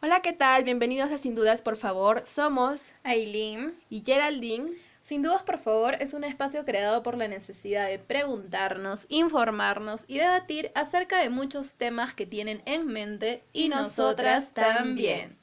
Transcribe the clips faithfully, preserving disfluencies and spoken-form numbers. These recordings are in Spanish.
Hola, ¿qué tal? Bienvenidos a Sin Dudas, por favor. Somos Aileen. y Geraldine. Sin dudas, por favor, es un espacio creado por la necesidad de preguntarnos, informarnos y debatir acerca de muchos temas que tienen en mente y, Y nosotras nosotras también. también.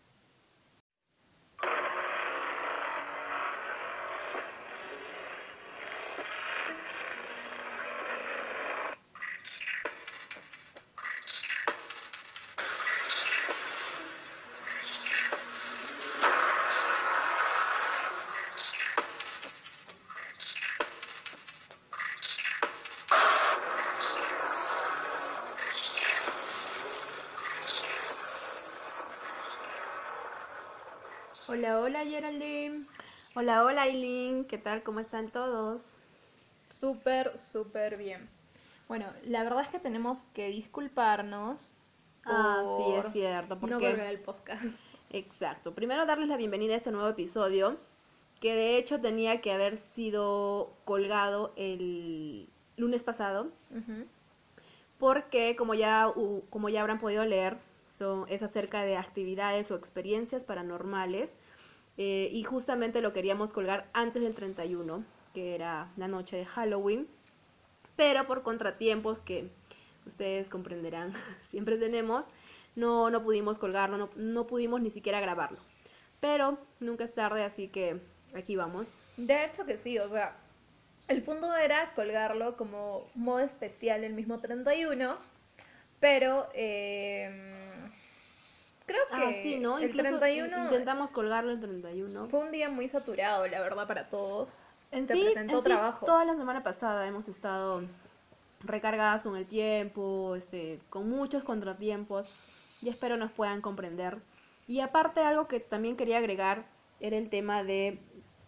Hola, hola Geraldine. Hola, hola, Aileen. ¿Qué tal? ¿Cómo están todos? Súper, súper bien. Bueno, la verdad es que tenemos que disculparnos Ah, sí, es por cierto, no porque... colgar el podcast. Exacto. Primero darles la bienvenida a este nuevo episodio, que de hecho tenía que haber sido colgado el lunes pasado, Ujú. porque como ya, uh, como ya habrán podido leer, son, es acerca de actividades o experiencias paranormales. Eh, y justamente lo queríamos colgar antes del treinta y uno, que era la noche de Halloween, pero por contratiempos que ustedes comprenderán, siempre tenemos, no, no pudimos colgarlo, no, no pudimos ni siquiera grabarlo. Pero nunca es tarde, así que aquí vamos. De hecho que sí, o sea, el punto era colgarlo como modo especial el mismo treinta y uno, pero eh, creo Ah, sí, que ¿no? el Incluso treinta y in- uno intentamos colgarlo el treinta y uno. fue un día muy saturado, la verdad, para todos. En Se sí, en presentó sí, trabajo. toda la semana pasada hemos estado recargadas con el tiempo, este, con muchos contratiempos, y espero nos puedan comprender. Y aparte, algo que también quería agregar era el tema de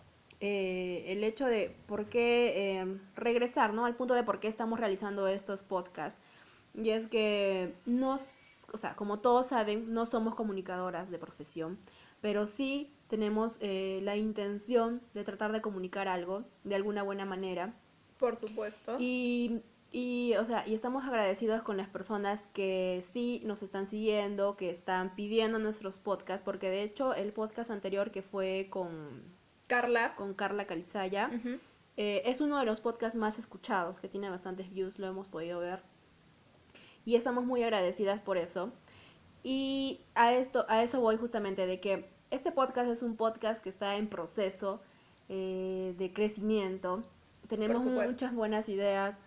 eh, el hecho de por qué eh, regresar, ¿no? Al punto de por qué estamos realizando estos podcasts. Y es que nos, o sea, como todos saben, no somos comunicadoras de profesión, pero sí tenemos eh, la intención de tratar de comunicar algo de alguna buena manera. Por supuesto. Y, y, o sea, y estamos agradecidos con las personas que sí nos están siguiendo, que están pidiendo nuestros podcasts, porque de hecho el podcast anterior que fue con, Carla. con Carla Calizaya, Ujú. eh, es uno de los podcasts más escuchados, que tiene bastantes views, lo hemos podido ver. Y estamos muy agradecidas por eso. Y a esto, a eso voy justamente, de que este podcast es un podcast que está en proceso eh, de crecimiento. Por Tenemos supuesto. muchas buenas ideas.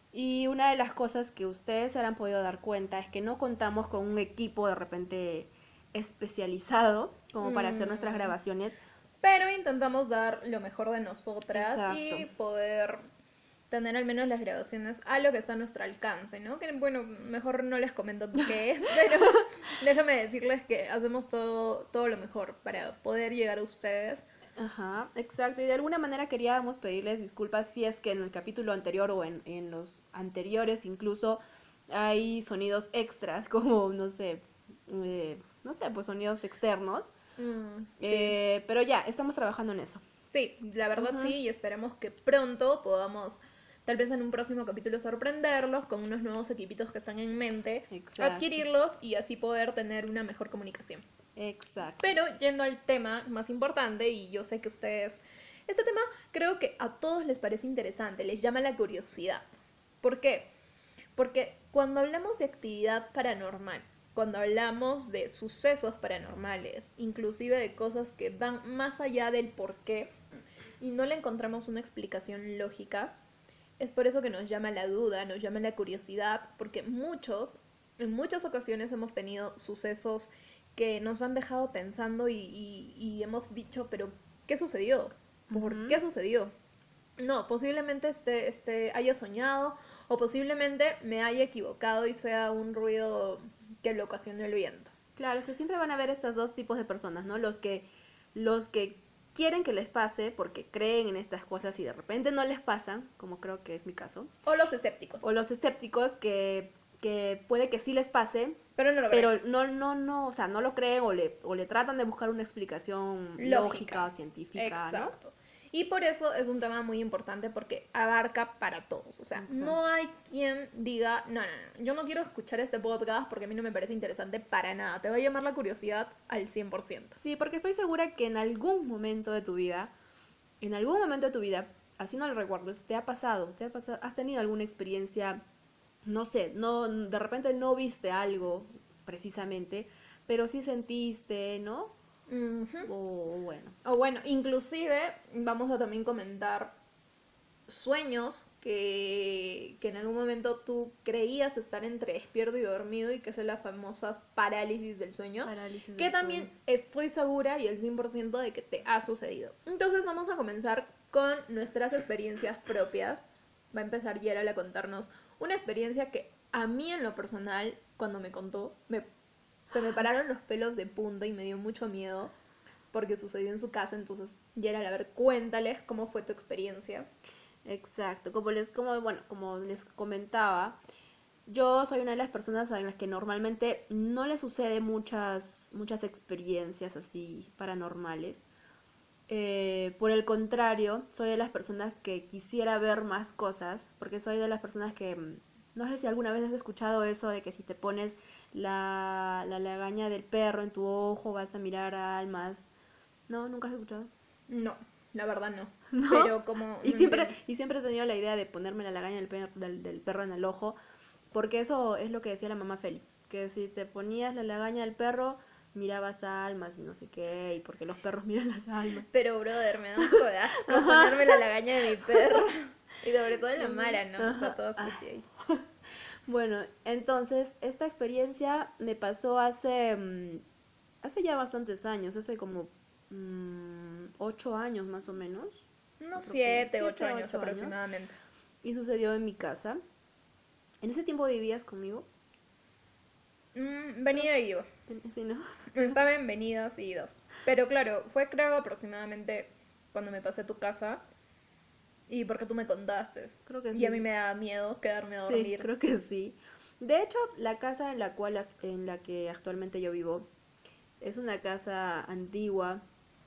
Y una de las cosas que ustedes se habrán podido dar cuenta es que no contamos con un equipo de repente especializado como para hacer nuestras Mm, grabaciones. pero intentamos dar lo mejor de nosotras Exacto. y poder tener al menos las grabaciones a lo que está a nuestro alcance, ¿no? Que bueno, mejor no les comento qué es, pero déjame decirles que hacemos todo, todo lo mejor para poder llegar a ustedes. Ajá, exacto. Y de alguna manera queríamos pedirles disculpas si es que en el capítulo anterior o en, en los anteriores incluso hay sonidos extras, como, no sé, eh, no sé, pues sonidos externos. Mm, sí. Eh, pero ya, estamos trabajando en eso. Sí, la verdad Ujú, sí, y esperemos que pronto podamos, tal vez en un próximo capítulo, sorprenderlos con unos nuevos equipitos que están en mente, exacto, adquirirlos y así poder tener una mejor comunicación. exacto. Pero yendo al tema más importante, y yo sé que ustedes, este tema creo que a todos les parece interesante, les llama la curiosidad. ¿Por qué? Porque cuando hablamos de actividad paranormal, cuando hablamos de sucesos paranormales, inclusive de cosas que van más allá del por qué y no le encontramos una explicación lógica, es por eso que nos llama la duda, nos llama la curiosidad, porque muchos, en muchas ocasiones hemos tenido sucesos que nos han dejado pensando y, y, y hemos dicho, pero ¿qué sucedió? ¿Por Ujú. qué sucedió? No, posiblemente este, este haya soñado o posiblemente me haya equivocado y sea un ruido que lo ocasione el viento. Claro, es que siempre van a haber estos dos tipos de personas, ¿no? Los que, los que quieren que les pase porque creen en estas cosas y de repente no les pasan, como creo que es mi caso. O los escépticos, O los escépticos que, que puede que sí les pase, pero no lo creen. pero no, no, no, o sea, no lo creen o le, o le tratan de buscar una explicación lógica Lógica. o científica, ¿no? Exacto. Y por eso es un tema muy importante porque abarca para todos. O sea, Exacto. no hay quien diga, no, no, no, yo no quiero escuchar este podcast porque a mí no me parece interesante para nada. Te va a llamar la curiosidad al cien por ciento. Sí, porque estoy segura que en algún momento de tu vida, en algún momento de tu vida, así no lo recuerdes, te ha pasado, te ha pasado, has tenido alguna experiencia, no sé, no, de repente no viste algo precisamente, pero sí sentiste, ¿no? Ujú. O bueno. O bueno, inclusive vamos a también comentar sueños que, que en algún momento tú creías estar entre despierto y dormido y que son las famosas parálisis del sueño, Parálisis que del también sueño. estoy segura y el cien por ciento de que te ha sucedido. Entonces vamos a comenzar con nuestras experiencias propias. Va a empezar Yeral a contarnos una experiencia que a mí en lo personal, cuando me contó, me, se me pararon los pelos de punta y me dio mucho miedo porque sucedió en su casa. Entonces, Yeral, a ver, cuéntales cómo fue tu experiencia. Exacto, como les, como, bueno, como les comentaba, yo soy una de las personas a las que normalmente no le sucede muchas, muchas experiencias así paranormales. Eh, por el contrario, soy de las personas que quisiera ver más cosas, porque soy de las personas que, mm, no sé si alguna vez has escuchado eso de que si te pones la, la lagaña del perro en tu ojo vas a mirar a almas. ¿No? ¿Nunca has escuchado? No, la verdad no. ¿No? Pero como Y no siempre, entiendo. y siempre he tenido la idea de ponerme la lagaña del, per- del, del perro en el ojo, porque eso es lo que decía la mamá Feli, que si te ponías la lagaña del perro, mirabas almas y no sé qué, y porque los perros miran las almas. Pero, brother, me da un poco de asco ponerme la lagaña de mi perro. Y sobre todo en la Mara, ¿no? Que está Ajá. toda Ah, sucia ahí. bueno, entonces, esta experiencia me pasó hace, mm, hace ya bastantes años, hace como mm, ocho años más o menos, Unos aproxima- siete, ocho siete, años ocho años, aproximadamente. y sucedió en mi casa. ¿En ese tiempo vivías conmigo? Mm, Creo venida y iba. que sí, ¿no? Estaba en venidas y idas. Pero claro, fue creo aproximadamente cuando me pasé a tu casa. Y porque tú me contaste. Creo que Y a mí sí. me da miedo quedarme a Sí, dormir. creo que sí. De hecho, la casa en la cual ac- en la que actualmente yo vivo es una casa antigua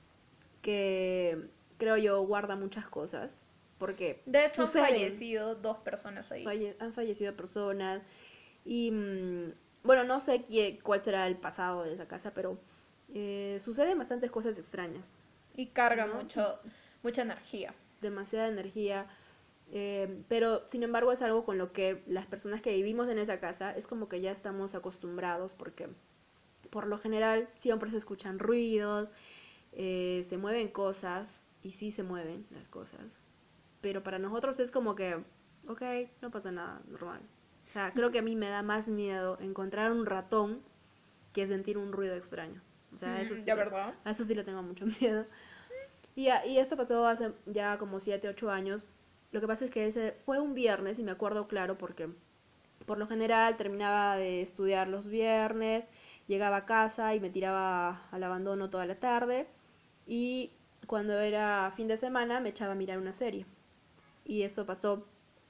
que creo yo guarda muchas cosas porque De hecho, han suceden, fallecido dos personas ahí. falle- han fallecido personas y mm, bueno, no sé qué, cuál será el pasado de esa casa, pero eh, suceden bastantes cosas extrañas, Y carga ¿no? Y mucho, mucha energía. demasiada energía. Eh, pero sin embargo es algo con lo que las personas que vivimos en esa casa es como que ya estamos acostumbrados porque por lo general siempre se escuchan ruidos, eh, se mueven cosas y sí se mueven las cosas. Pero para nosotros es como que, ok, no pasa nada, normal. O sea, creo que a mí me da más miedo encontrar un ratón que sentir un ruido extraño. O sea, eso Mm, sí, ¿de le, verdad? a eso sí le tengo mucho miedo. Y, a- y esto pasó hace ya como siete ocho años. Lo que pasa es que ese fue un viernes y me acuerdo claro porque por lo general terminaba de estudiar los viernes, llegaba a casa y me tiraba al abandono toda la tarde y cuando era fin de semana me echaba a mirar una serie. Y eso pasó,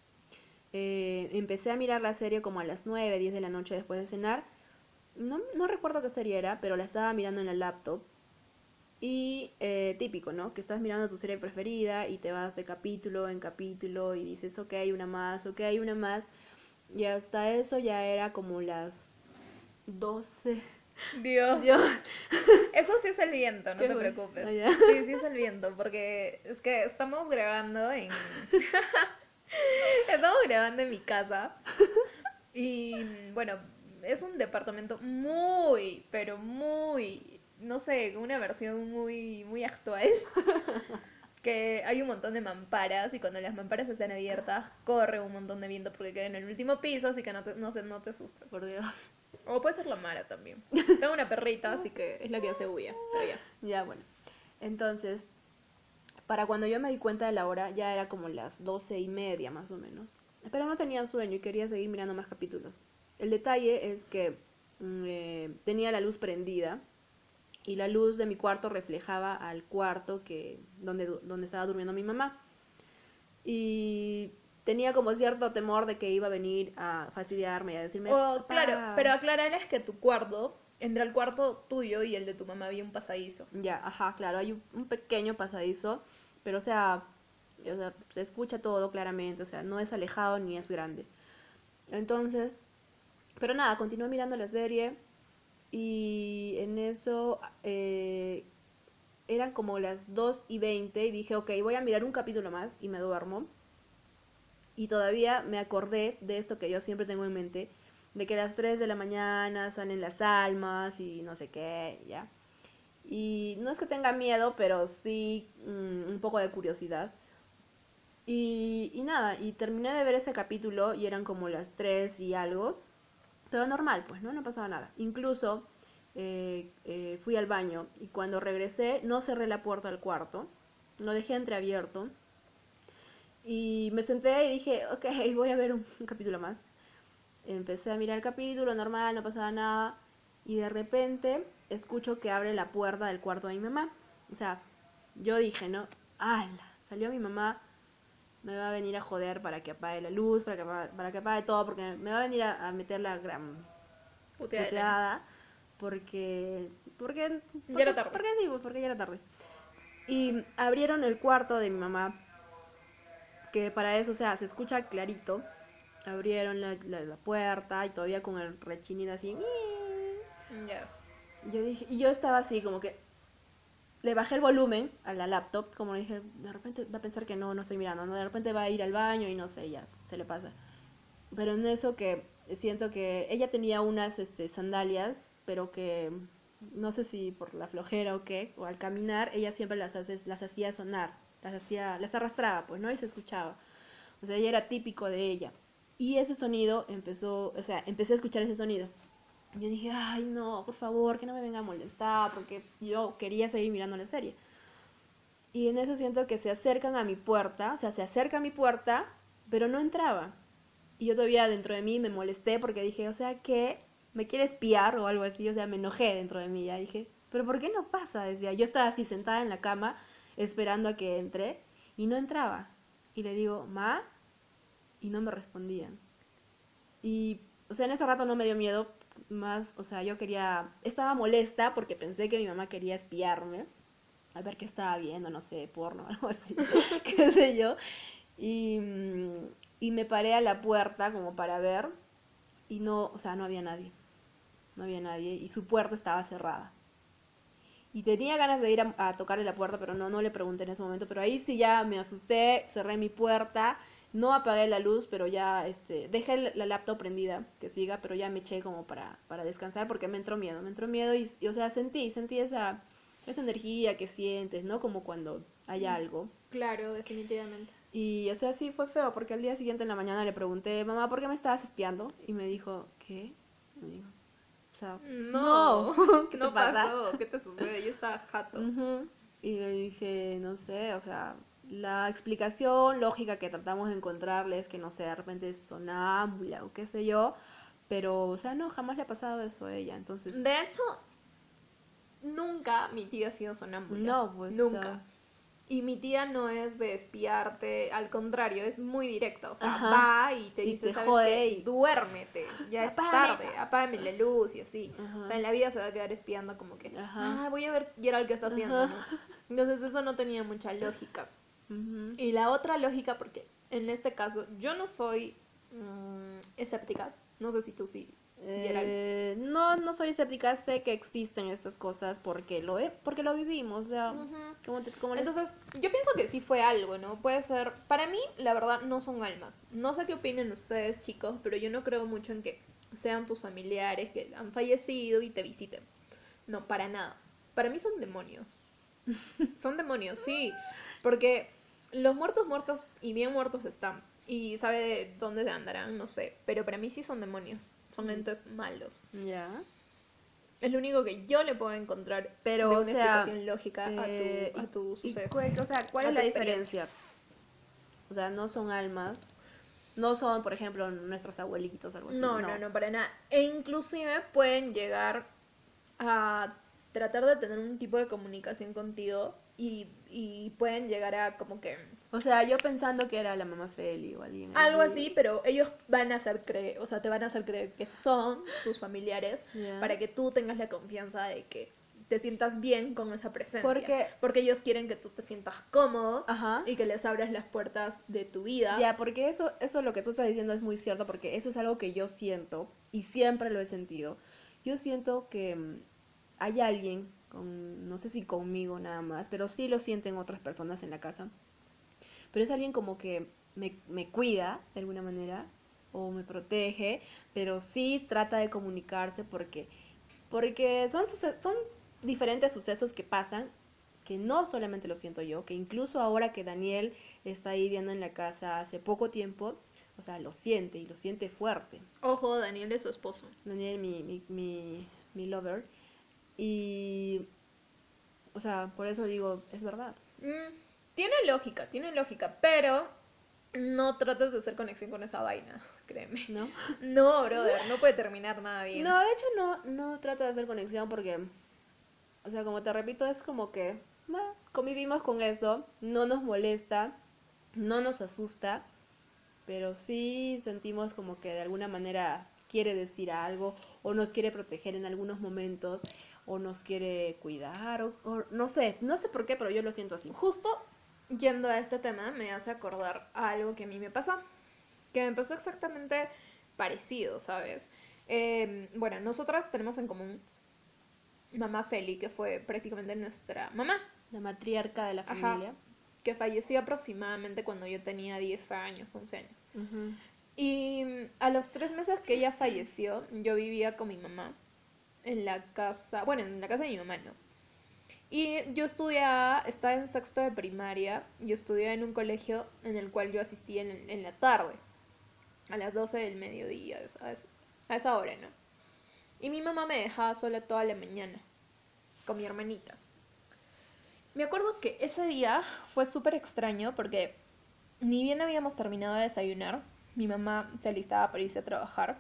eh, empecé a mirar la serie como a las nueve diez de la noche después de cenar. No, no recuerdo qué serie era, pero la estaba mirando en la laptop. Y eh, típico, ¿no? Que estás mirando tu serie preferida y te vas de capítulo en capítulo y dices, ok, una más, ok, una más. Y hasta eso ya era como las doce. Dios. Dios, Eso sí es el viento, no ¿qué te fue? preocupes. Ah, ya. Sí, sí es el viento, porque es que estamos grabando en... Estamos grabando en mi casa. Y bueno, es un departamento muy, pero muy, no sé, una versión muy, muy actual. Que hay un montón de mamparas y cuando las mamparas están abiertas corre un montón de viento porque queda en el último piso, así que no te, no, se- no te asustes. Por Dios. O puede ser la Mara también. Tengo una perrita, así que es la que hace bulla, pero ya. Ya, bueno. Entonces, para cuando yo me di cuenta de la hora, ya era como las doce y media más o menos. Pero no tenía sueño y quería seguir mirando más capítulos. El detalle es que mm, eh, tenía la luz prendida y la luz de mi cuarto reflejaba al cuarto que donde, donde estaba durmiendo mi mamá. Y tenía como cierto temor de que iba a venir a fastidiarme y a decirme, O claro, papá. pero aclararles que tu cuarto, entre el cuarto tuyo y el de tu mamá había un pasadizo. Ya, ajá, claro, hay un, un pequeño pasadizo, pero o sea, o sea, se escucha todo claramente, o sea, no es alejado ni es grande. Entonces, pero nada, continué mirando la serie y en eso eh, eran como las dos y veinte y dije, ok, voy a mirar un capítulo más y me duermo. Y todavía me acordé de esto que yo siempre tengo en mente, de que a las tres de la mañana salen las almas y no sé qué, ¿ya? Y no es que tenga miedo, pero sí mm, un poco de curiosidad. Y, y nada, y terminé de ver ese capítulo y eran como las tres y algo, pero normal, pues, ¿no? No pasaba nada. Incluso eh, eh, fui al baño y cuando regresé no cerré la puerta del cuarto, lo dejé entreabierto y me senté y dije, ok, voy a ver un, un capítulo más. Empecé a mirar el capítulo, normal, no pasaba nada. Y de repente escucho que abre la puerta del cuarto de mi mamá. O sea, yo dije, ¿no? ¡Hala! Salió mi mamá, me va a venir a joder para que apague la luz, para que apague, para que apague todo, porque me va a venir a, a meter la gran Puteadera. puteada. Porque, porque, Ya porque, era tarde. porque sí, pues porque ya era tarde. Y abrieron el cuarto de mi mamá, que para eso, o sea, se escucha clarito. Abrieron la, la, la puerta y todavía con el rechinido así. Ya. Y yo dije, y yo estaba así como que le bajé el volumen a la laptop, como le dije, de repente va a pensar que no, no estoy mirando, ¿no? De repente va a ir al baño y no sé, ya, se le pasa. Pero en eso que siento que ella tenía unas este, sandalias, pero que no sé si por la flojera o qué, o al caminar, ella siempre las, hace, las hacía sonar, las hacía, las arrastraba, pues, ¿no? Y se escuchaba. O sea, ella era típico de ella. Y ese sonido empezó, o sea, empecé a escuchar ese sonido. Y yo dije, ay, no, por favor, que no me venga a molestar, porque yo quería seguir mirando la serie. Y en eso siento que se acercan a mi puerta, o sea, se acerca a mi puerta, pero no entraba. Y yo todavía dentro de mí me molesté porque dije, o sea, ¿qué? ¿Me quiere espiar o algo así? O sea, me enojé dentro de mí. Ya dije, ¿pero por qué no pasa? Decía, yo estaba así sentada en la cama esperando a que entre y no entraba. Y le digo, ma, y no me respondían. Y, o sea, en ese rato no me dio miedo, más, o sea, yo quería, estaba molesta porque pensé que mi mamá quería espiarme, a ver qué estaba viendo, no sé, porno o algo así, qué sé yo. Y, mm, y me paré a la puerta como para ver y no, o sea, no había nadie, no había nadie y su puerta estaba cerrada. Y tenía ganas de ir a, a tocarle la puerta, pero no, no le pregunté en ese momento. Pero ahí sí ya me asusté, cerré mi puerta, no apagué la luz, pero ya este, dejé la laptop prendida, que siga, pero ya me eché como para, para descansar porque me entró miedo, me entró miedo y, y o sea, sentí, sentí esa, esa energía que sientes, ¿no? Como cuando hay algo. Claro, definitivamente. Y, o sea, sí fue feo porque al día siguiente en la mañana le pregunté, mamá, ¿por qué me estabas espiando? Y me dijo, ¿qué? Me dijo, o sea, no, No, ¿qué te no pasa? pasó. ¿Qué te sucede? Yo estaba jato. Ujú. Y le dije, no sé, o sea, la explicación lógica que tratamos de encontrarle es que, no sé, de repente es sonámbula o qué sé yo, pero, o sea, no, jamás le ha pasado eso a ella, entonces, De hecho, nunca mi tía ha sido sonámbula. no, pues, o sea, Nunca. Y mi tía no es de espiarte, al contrario, es muy directa. O sea, ajá, va y te y dice, te ¿sabes jode qué? y, Duérmete, ya es apágame tarde, eso. apágame la luz y así. O sea, Ajá, en la vida se va a quedar espiando como que, ajá, ah, voy a ver Gerald qué está haciendo, ajá, ¿no? Entonces eso no tenía mucha lógica. ujú. Y la otra lógica, porque en este caso yo no soy mm, escéptica, no sé si tú sí, Gerald. Eh, no, no soy escéptica, sé que existen estas cosas porque lo, he, porque lo vivimos, o sea, Ujú. como, te- como les... Entonces, yo pienso que sí fue algo, ¿no? Puede ser, para mí, la verdad, no son almas. No sé qué opinen ustedes, chicos, pero yo no creo mucho en que sean tus familiares que han fallecido y te visiten. No, para nada. Para mí son demonios. Son demonios, sí. Porque los muertos muertos y bien muertos están. Y sabe de dónde andarán, no sé. Pero para mí sí son demonios. Son Mm, entes malos. ya. Es lo único que yo le puedo encontrar Pero, de o una sea, explicación lógica a tu, eh, a tu y, y suceso, cu- o sea, ¿cuál a es tu la experiencia. diferencia? O sea, no son almas, no son, por ejemplo, nuestros abuelitos o algo así, No, no, no. no, para nada. E inclusive pueden llegar a tratar de tener un tipo de comunicación contigo y, y pueden llegar a como que O sea, yo pensando que era la mamá Feli o alguien algo así, así. pero ellos van a hacer creer, o sea, te van a hacer creer que son tus familiares Ya. para que tú tengas la confianza de que te sientas bien con esa presencia. Porque- Porque ellos quieren que tú te sientas cómodo Ajá. y que les abras las puertas de tu vida. Ya, porque eso, eso lo que tú estás diciendo es muy cierto, porque eso es algo que yo siento y siempre lo he sentido. Yo siento que mm, hay alguien, con, no sé si conmigo nada más, pero sí lo sienten otras personas en la casa. Pero es alguien como que me, me cuida de alguna manera o me protege, pero sí trata de comunicarse porque, porque son, suce- son diferentes sucesos que pasan, que no solamente lo siento yo, que incluso ahora que Daniel está ahí viviendo en la casa hace poco tiempo, o sea, lo siente y lo siente fuerte. Ojo, Daniel es su esposo. Daniel, mi, mi, mi, mi lover. Y, o sea, por eso digo, es verdad. Mm, tiene lógica, tiene lógica, pero no trates de hacer conexión con esa vaina, créeme. ¿No? No, brother, no puede terminar nada bien. No, de hecho no, no trato de hacer conexión porque, o sea, como te repito, es como que bueno, convivimos con eso, no nos molesta, no nos asusta, pero sí sentimos como que de alguna manera quiere decir algo o nos quiere proteger en algunos momentos o nos quiere cuidar o, o no sé, no sé por qué, pero yo lo siento así. Justo yendo a este tema me hace acordar a algo que a mí me pasó, que me pasó exactamente parecido, ¿sabes? Eh, bueno, nosotras tenemos en común mamá Feli, que fue prácticamente nuestra mamá. La matriarca de la Ajá. familia. Que falleció aproximadamente cuando yo tenía diez años, once años. Ujú. Y mm, a los tres meses que ella falleció, yo vivía con mi mamá en la casa, bueno, en la casa de mi mamá, ¿no? Y yo estudiaba, estaba en sexto de primaria, yo estudiaba en un colegio en el cual yo asistía en, en la tarde, a las doce del mediodía, a esa, a esa hora, ¿no? Y mi mamá me dejaba sola toda la mañana, con mi hermanita. Me acuerdo que ese día fue súper extraño porque ni bien habíamos terminado de desayunar, mi mamá se alistaba para irse a trabajar.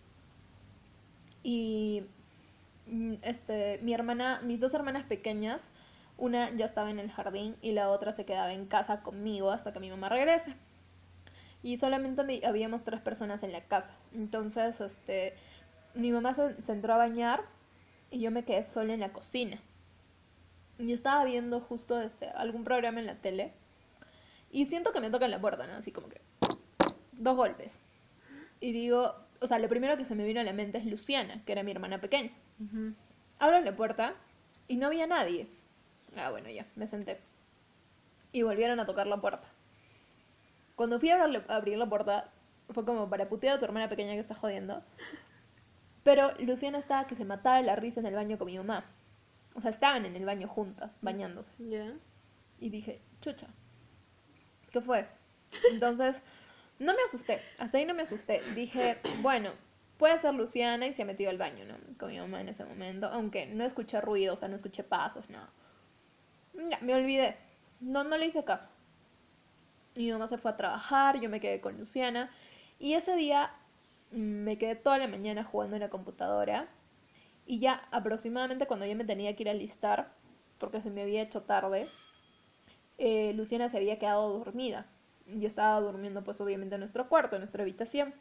Y mm, este, mi hermana, mis dos hermanas pequeñas, una ya estaba en el jardín y la otra se quedaba en casa conmigo hasta que mi mamá regrese. Y solamente me- habíamos tres personas en la casa. Entonces, este, mi mamá se, se entró a bañar y yo me quedé sola en la cocina. Y estaba viendo justo este, algún programa en la tele. Y siento que me tocan la puerta, ¿no? Así como que dos golpes. Y digo, o sea, lo primero que se me vino a la mente es Luciana, que era mi hermana pequeña. Ujú. Abro la puerta y no había nadie. Ah, bueno, ya, me senté. Y volvieron a tocar la puerta. Cuando fui a abrir, a abrir la puerta, fue como para putear a tu hermana pequeña que está jodiendo. Pero Luciana estaba que se mataba de la risa en el baño con mi mamá. O sea, estaban en el baño juntas, bañándose. Ya. Y dije, chucha, ¿qué fue? Entonces, no me asusté. Hasta ahí no me asusté. Dije, bueno, puede ser Luciana y se ha metido al baño, ¿no? Con mi mamá en ese momento. Aunque no escuché ruido, o sea, no escuché pasos, nada. Ya, me olvidé. No, no le hice caso. Mi mamá se fue a trabajar, yo me quedé con Luciana. Y ese día mm, me quedé toda la mañana jugando en la computadora. Y ya aproximadamente cuando yo me tenía que ir a alistar, porque se me había hecho tarde, eh, Luciana se había quedado dormida. Y estaba durmiendo pues obviamente en nuestro cuarto, en nuestra habitación.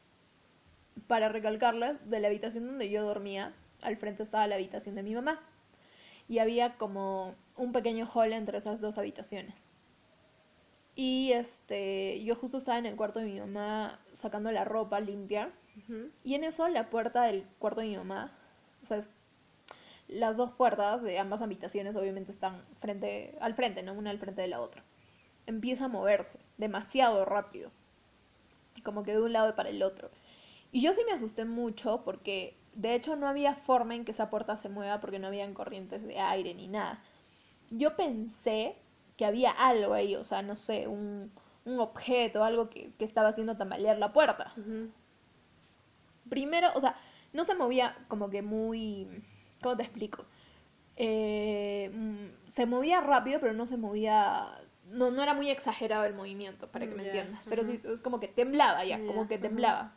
Para recalcarles, de la habitación donde yo dormía, al frente estaba la habitación de mi mamá. Y había como un pequeño hall entre esas dos habitaciones. Y este, yo justo estaba en el cuarto de mi mamá sacando la ropa limpia. Ujú. Y en eso la puerta del cuarto de mi mamá, o sea, es- las dos puertas de ambas habitaciones obviamente están frente, al frente, ¿no? Una al frente de la otra. Empieza a moverse demasiado rápido. Como que de un lado para el otro. Y yo sí me asusté mucho porque de hecho no había forma en que esa puerta se mueva porque no habían corrientes de aire ni nada. Yo pensé que había algo ahí, o sea, no sé, un, un objeto, algo que, que estaba haciendo tambalear la puerta. Ujú. Primero, o sea, no se movía como que muy... ¿Cómo te explico? Eh, mm, se movía rápido, pero no se movía... No, no era muy exagerado el movimiento, para que Mm, me ya, entiendas. Pero ajá. sí, es como que temblaba ya, Ya, como que ajá. temblaba.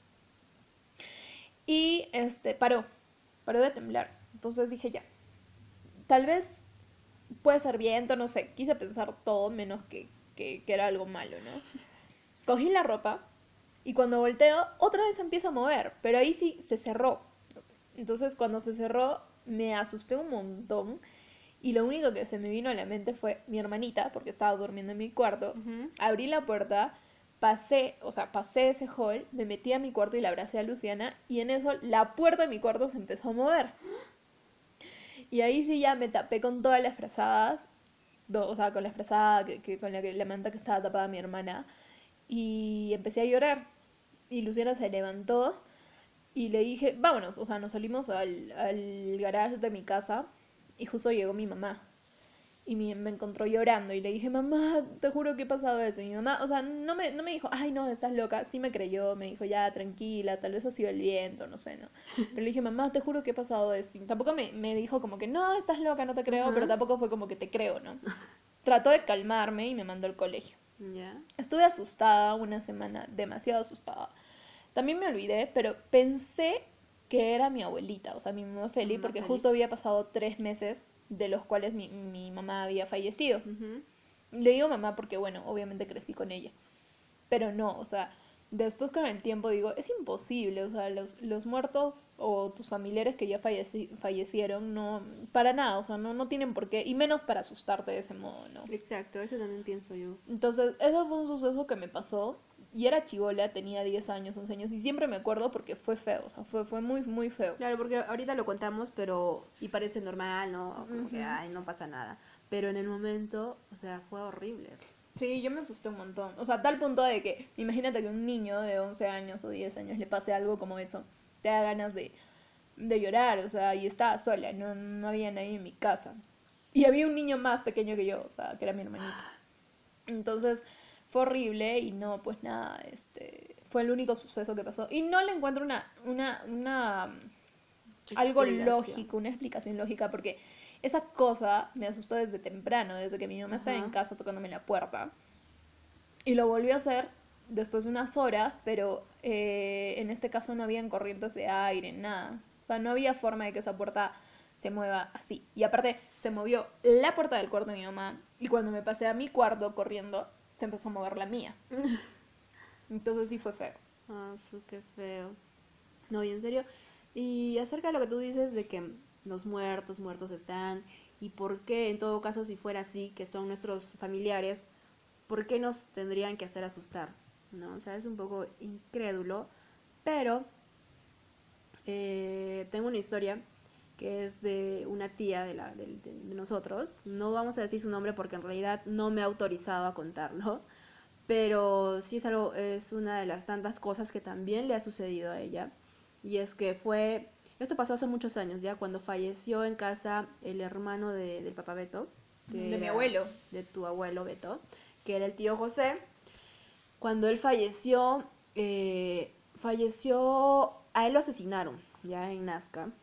Y este, paró, paró de temblar. Entonces dije ya, tal vez puede ser viento, no sé. Quise pensar todo menos que, que, que era algo malo, ¿no? Cogí la ropa y cuando volteo, otra vez empieza a mover, pero ahí sí se cerró. Entonces cuando se cerró me asusté un montón y lo único que se me vino a la mente fue mi hermanita, porque estaba durmiendo en mi cuarto. Ujú. Abrí la puerta, pasé, o sea, pasé ese hall, me metí a mi cuarto y la abracé a Luciana y en eso la puerta de mi cuarto se empezó a mover. Y ahí sí ya me tapé con todas las frazadas, do- o sea, con la frazada, que, que- con la, que, la manta que estaba tapada mi hermana, y empecé a llorar. Y Luciana se levantó y le dije, vámonos, o sea, nos salimos al, al garage de mi casa y justo llegó mi mamá. Y mi- me encontró llorando y le dije, mamá, te juro que he pasado esto. Y mi mamá, o sea, no me, no me dijo, ay, no, estás loca. Sí me creyó, me dijo, ya, tranquila, tal vez ha sido el viento, no sé, ¿no? Pero le dije, mamá, te juro que he pasado esto. Y tampoco me, me dijo como que, no, estás loca, no te creo, pero Ajá. tampoco fue como que te creo, ¿no? Trató de calmarme y me mandó al colegio. Ya. Estuve asustada una semana, demasiado asustada. También me olvidé, pero pensé que era mi abuelita, o sea, mi mamá Tu Feli, mamá porque feliz. justo había pasado tres meses de los cuales mi, mi mamá había fallecido. Ujú. Le digo mamá porque, bueno, obviamente crecí con ella. Pero no, o sea, después con el tiempo digo, es imposible, o sea, los, los muertos o tus familiares que ya falleci- fallecieron, no, para nada, o sea, no, no tienen por qué, y menos para asustarte de ese modo, ¿no? Exacto, eso también pienso yo. Entonces, eso fue un suceso que me pasó. Y era chivola, tenía diez años, once años. Y siempre me acuerdo porque fue feo. O sea, fue, fue muy, muy feo. Claro, porque ahorita lo contamos, pero y parece normal, ¿no? Como que, Ujú. ay, no pasa nada. Pero en el momento, o sea, fue horrible. Sí, yo me asusté un montón. O sea, a tal punto de que, imagínate que un niño de once años o diez años le pase algo como eso. Te da ganas de, de llorar. O sea, y estaba sola. No, no había nadie en mi casa. Y había un niño más pequeño que yo. O sea, que era mi hermanito. Entonces, fue horrible y no, pues nada, este, fue el único suceso que pasó. Y no le encuentro una, una, una, algo Explicación. lógico, una explicación lógica, porque esa cosa me asustó desde temprano, desde que mi mamá estaba en Ajá. casa tocándome la puerta. Y lo volvió a hacer después de unas horas, pero eh, en este caso no habían corrientes de aire, nada. O sea, no había forma de que esa puerta se mueva así. Y aparte, se movió la puerta del cuarto de mi mamá. Y cuando me pasé a mi cuarto corriendo, se empezó a mover la mía. Entonces sí fue feo. Ah, su, qué feo. No, y en serio. Y acerca de lo que tú dices de que los muertos, muertos están, y por qué, en todo caso, si fuera así, que son nuestros familiares, ¿por qué nos tendrían que hacer asustar? ¿No? O sea, es un poco incrédulo, pero eh, tengo una historia que es de una tía de, la, de, de, de nosotros. No vamos a decir su nombre porque en realidad no me ha autorizado a contarlo, pero sí es algo, es una de las tantas cosas que también le ha sucedido a ella. Y es que fue, esto pasó hace muchos años, ya cuando falleció en casa el hermano de, del papá Beto, que De mi era abuelo. de tu abuelo Beto, que era el tío José. Cuando él falleció, eh, falleció, a él lo asesinaron, ya en Nazca.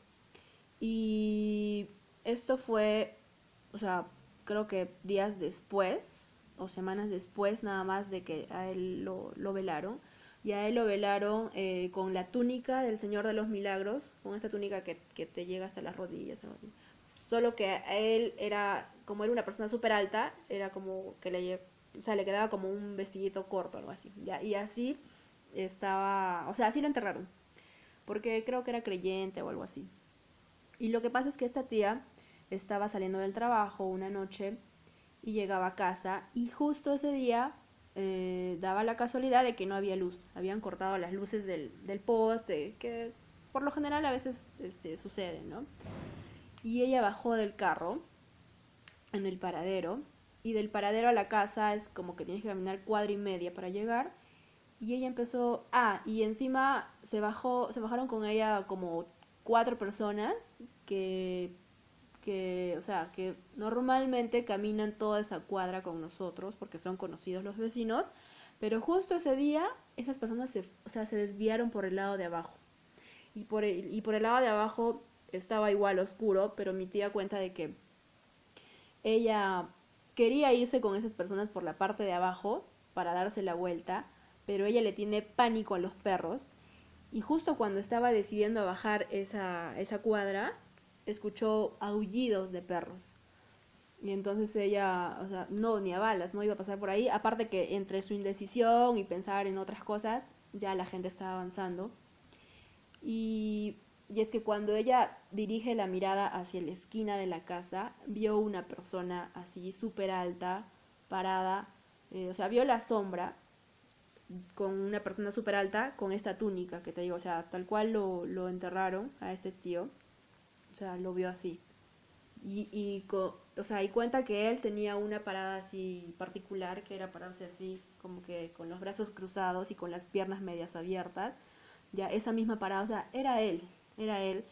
Y esto fue, o sea, creo que días después, o semanas después nada más de que a él lo, lo velaron. Y a él lo velaron eh, con la túnica del Señor de los Milagros, con esta túnica que, que te llega hasta las rodillas. ¿No? Solo que a él era, como era una persona súper alta, era como que le, o sea, le quedaba como un vestidito corto, algo así. ¿Ya? Y así estaba, o sea, así lo enterraron, porque creo que era creyente o algo así. Y lo que pasa es que esta tía estaba saliendo del trabajo una noche y llegaba a casa y justo ese día eh, daba la casualidad de que no había luz. Habían cortado las luces del, del poste, que por lo general a veces este, sucede, ¿no? Y ella bajó del carro en el paradero y del paradero a la casa es como que tienes que caminar cuadra y media para llegar. Y ella empezó, ah, y encima se bajó, se bajaron con ella como cuatro personas que que, o sea, que normalmente caminan toda esa cuadra con nosotros porque son conocidos los vecinos, pero justo ese día esas personas se, o sea, se desviaron por el lado de abajo. Y por el, y por el lado de abajo estaba igual oscuro, pero mi tía cuenta de que ella quería irse con esas personas por la parte de abajo para darse la vuelta, pero ella le tiene pánico a los perros y justo cuando estaba decidiendo bajar esa, esa cuadra, escuchó aullidos de perros. Y entonces ella, o sea, no, ni a balas, no iba a pasar por ahí. Aparte que entre su indecisión y pensar en otras cosas, ya la gente estaba avanzando. Y Y es que cuando ella dirige la mirada hacia la esquina de la casa, vio una persona así súper alta, parada, eh, o sea, vio la sombra con una persona súper alta con esta túnica que te digo, o sea, tal cual lo, lo enterraron a este tío, o sea, lo vio así. Y, y co- o sea, y cuenta que él tenía una parada así particular, que era pararse así, como que con los brazos cruzados y con las piernas medias abiertas. Ya, esa misma parada, o sea, era él, era él.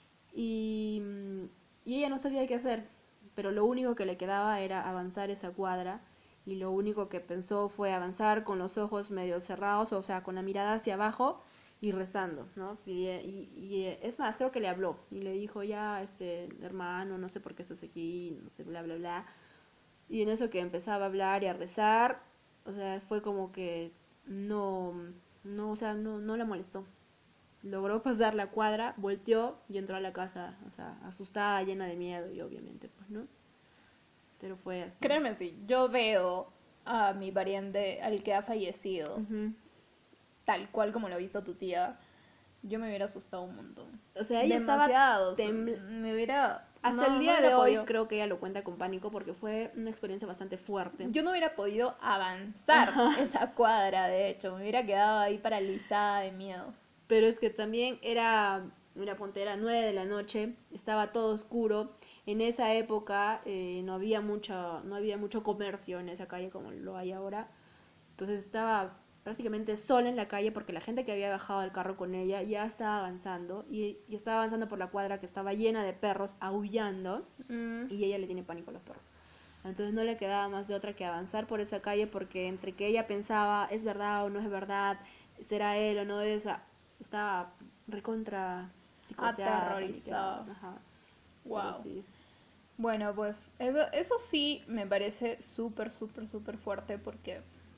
Y, mm, y ella no sabía qué hacer, pero lo único que le quedaba era avanzar esa cuadra. Y lo único que pensó fue avanzar con los ojos medio cerrados, o sea, con la mirada hacia abajo y rezando, ¿no? Y, y, y, eh, es más, creo que le habló y le dijo, ya, este, hermano, no sé por qué estás aquí, no sé, bla, bla, bla. Y en eso que empezaba a hablar y a rezar, o sea, fue como que no, no, o sea, no, no la molestó. Logró pasar la cuadra, volteó y entró a la casa, o sea, asustada, llena de miedo y obviamente, pues, ¿no? Pero fue así. Créeme, si yo veo a mi pariente, al que ha fallecido, Ujú. tal cual como lo ha visto tu tía, yo me hubiera asustado un montón. O sea, ella estaba Demasiado. tembl- Me hubiera... hasta el No, no día de hubiera hoy podido. creo que ella lo cuenta con pánico porque fue una experiencia bastante fuerte. Yo no hubiera podido avanzar esa cuadra, de hecho. Me hubiera quedado ahí paralizada de miedo. Pero es que también era, mira, ponte, era nueve de la noche, estaba todo oscuro. En esa época eh, no había mucho, no había mucho comercio en esa calle como lo hay ahora. Entonces estaba prácticamente sola en la calle porque la gente que había bajado del carro con ella ya estaba avanzando y, y estaba avanzando por la cuadra que estaba llena de perros aullando Mm, y ella le tiene pánico a los perros. Entonces no le quedaba más de otra que avanzar por esa calle porque entre que ella pensaba, es verdad o no es verdad, será él o no es, o sea, estaba recontra psicoseada, paniqueada, aterrorizada. ajá, pero Wow. sí. Bueno, pues eso, eso sí me parece súper, súper, súper fuerte porque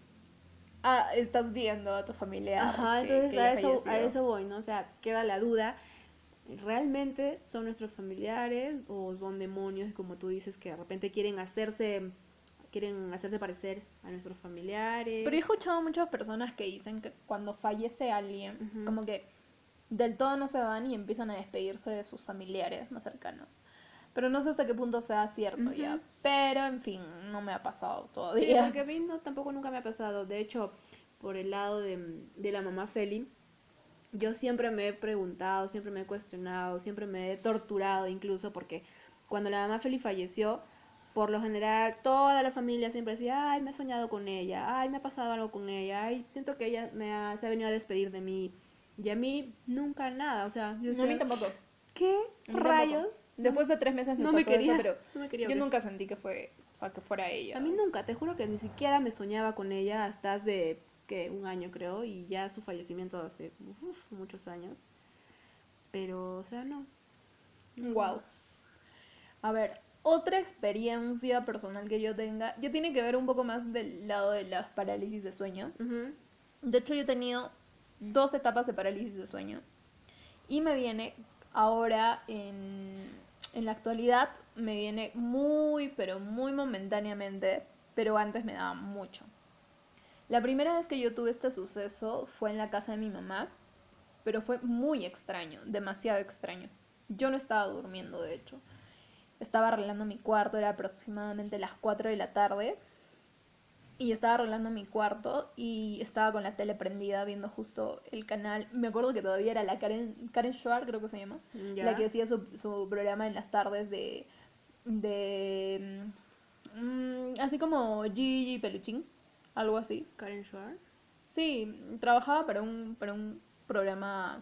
ah, estás viendo a tu familiar Ajá, que, entonces que ya a ha eso, a fallecido. eso voy, ¿no? O sea, queda la duda, ¿realmente son nuestros familiares o son demonios, como tú dices, que de repente quieren hacerse, quieren hacerse parecer a nuestros Pero he familiares? escuchado muchas personas que dicen que cuando fallece alguien, Ujú, como que del todo no se van y empiezan a despedirse de sus familiares más cercanos. Pero no sé hasta qué punto sea cierto ujú. ya. Pero en fin, no me ha pasado Sí, todavía. porque a mí no, tampoco nunca me ha pasado. De hecho, por el lado de, de la mamá Feli, yo siempre me he preguntado, siempre me he cuestionado, siempre me he torturado incluso porque cuando la mamá Feli falleció, por lo general toda la familia siempre decía, ay, me he soñado con ella, ay, me ha pasado algo con ella, ay, siento que ella me ha, se ha venido a despedir de mí. Y a mí nunca nada, o sea, yo No, a mí decía, tampoco. ¿qué A mí tampoco. rayos? No, Después de tres meses me no me pasó eso, quería, pero no me quería o yo qué. nunca sentí que fue, o sea, que fuera A ella. mí nunca, te juro que ni siquiera me soñaba con ella hasta hace, que un año creo, y ya su fallecimiento hace uf, muchos años. Pero, o sea, no, no. Wow. A ver, otra experiencia personal que yo tenga, ya tiene que ver un poco más del lado de las parálisis de sueño. Ujú. De hecho, yo he tenido dos etapas de parálisis de sueño. Y me viene ahora en, en la actualidad, me viene muy, pero muy momentáneamente, pero antes me daba mucho. La primera vez que yo tuve este suceso fue en la casa de mi mamá, pero fue muy extraño, demasiado extraño. Yo no estaba durmiendo, de hecho. Estaba arreglando mi cuarto, era aproximadamente las cuatro de la tarde. Y estaba arreglando mi cuarto y estaba con la tele prendida viendo justo el canal. Me acuerdo que todavía era la Karen, Karen Schwartz, creo que se llama, la que Ya, hacía su, su programa en las tardes de... de mm, así como Gigi Peluchín, algo así. Karen Schwartz, Sí, trabajaba para un, para un programa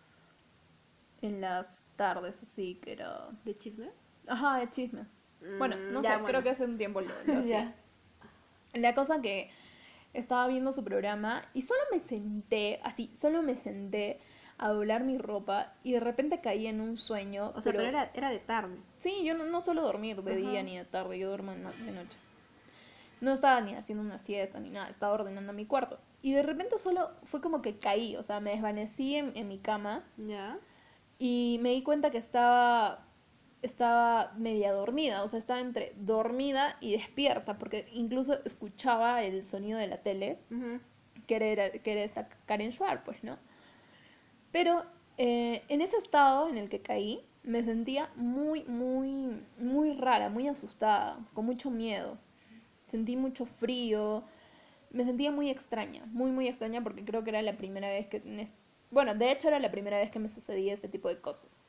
en las tardes, así que era... de chismes. Ajá, de chismes. Bueno, Mm, no ya, sé, creo bueno. que hace un tiempo lo, lo hacía. Ya. La cosa que estaba viendo su programa y solo me senté, así, solo me senté a doblar mi ropa y de repente caí en un sueño, O sea, pero pero era, era de tarde. sí, yo no, no suelo dormir de día Ajá. ni de tarde, yo duermo de no- de noche. No estaba ni haciendo una siesta ni nada, estaba ordenando mi cuarto. Y de repente solo fue como que caí, o sea, me desvanecí en, en mi cama Ya. y me di cuenta que estaba estaba media dormida, o sea, estaba entre dormida y despierta, porque incluso escuchaba el sonido de la tele, Ujú. que era, que era esta Karen Schwartz, pues, ¿no? Pero Eh, en ese estado en el que caí, me sentía muy, muy, muy rara, muy asustada, con mucho miedo. Sentí mucho frío, me sentía muy extraña, muy, muy extraña porque creo que era la primera vez que... Bueno, de hecho era la primera vez que me sucedía este tipo de cosas.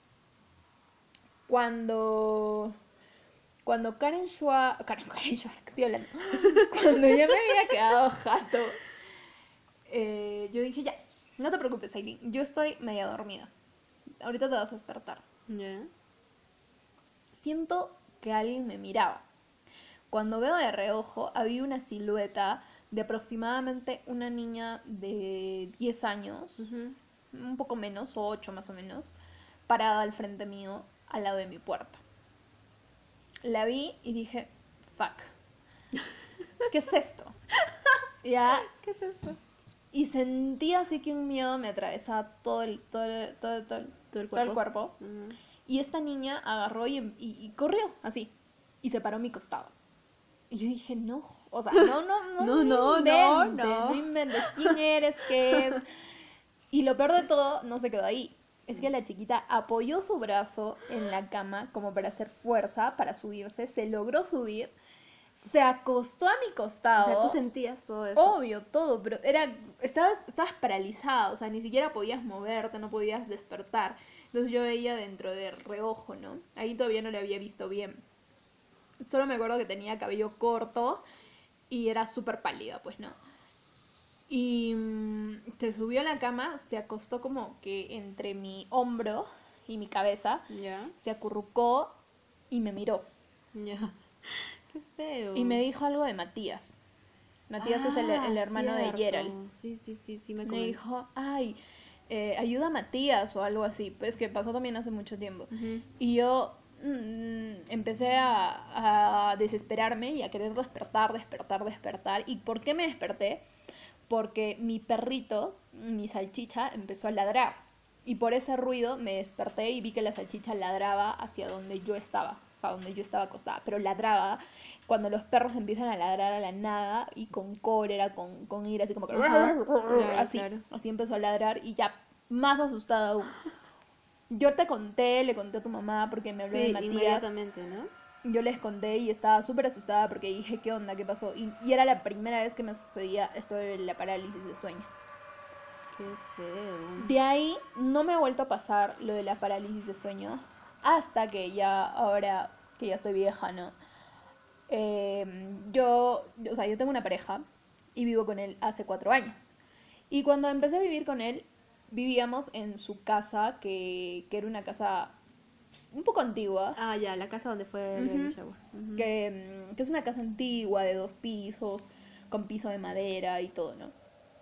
Cuando... Cuando Karen Schwartz... Karen, Karen Schwartz, ¿qué estoy hablando? Cuando ya me había quedado jato, eh, yo dije, ya, no te preocupes, Aileen, yo estoy media dormida. Ahorita te vas a despertar. Ya. Siento que alguien me miraba. Cuando veo de reojo, había una silueta de aproximadamente una niña de diez años, Ujú. un poco menos, o ocho más o menos, parada al frente mío, al lado de mi puerta. La vi y dije, fuck, ¿qué es esto? Ya, ¿Qué es esto? y sentí así que un miedo me atravesaba todo el, todo el, todo el, todo el, Todo el todo el cuerpo. cuerpo. Ujú. Y esta niña agarró y, y, y corrió, así, y se paró a mi costado. Y yo dije, no, o sea, no, no, no, No, no no, no, inventes, no. no inventes, ¿quién eres? ¿Qué es? Y lo peor de todo, no se quedó ahí. Es que la chiquita apoyó su brazo en la cama como para hacer fuerza, para subirse, se logró subir, se acostó a mi O sea, tú costado, sentías todo eso. obvio, todo, pero era, estabas, estabas paralizado, o sea, ni siquiera podías moverte, no podías despertar. Entonces yo veía dentro de reojo, ¿no? Ahí todavía no le había visto bien. Solo me acuerdo que tenía cabello corto y era súper pálida, pues no. Y mm, se subió a la cama, se acostó como que entre mi hombro y mi cabeza, Ya. se acurrucó y me miró. Ya. Qué feo. Y me dijo algo de Matías. Matías es el, Ah, el hermano de cierto. Gerald. Sí, sí, sí, sí, me Me comentó. dijo, ay, eh, ayuda a Matías o algo así. Pues que pasó también hace mucho tiempo. Ujú. Y yo mm, empecé a, a desesperarme y a querer despertar, despertar, despertar. ¿Y por qué me desperté? Porque mi perrito, mi salchicha, empezó a ladrar. Y por ese ruido me desperté y vi que la salchicha ladraba hacia donde yo estaba, o sea, donde yo estaba acostada, pero ladraba cuando los perros empiezan a ladrar a la nada y con cólera, con, con ira, así como que... Ajá. Claro, Así, claro. así empezó a ladrar y ya más asustada aún. Yo te conté, le conté a tu mamá porque me habló de Sí, Matías. inmediatamente, ¿no? Yo les conté y estaba súper asustada porque dije, ¿qué onda? ¿Qué pasó? Y, y era la primera vez que me sucedía esto de la parálisis de sueño. Qué feo. De ahí no me ha vuelto a pasar lo de la parálisis de sueño hasta que ya, ahora que ya estoy vieja, ¿no? Eh, yo, o sea, yo tengo una pareja y vivo con él hace cuatro años. Y cuando empecé a vivir con él, vivíamos en su casa, que, que era una casa pues, un poco antigua, Ah, ya, la casa donde fue el baby ujú, shower. Ujú. que, mm, que es una casa antigua de dos pisos, con piso de madera y todo, ¿no?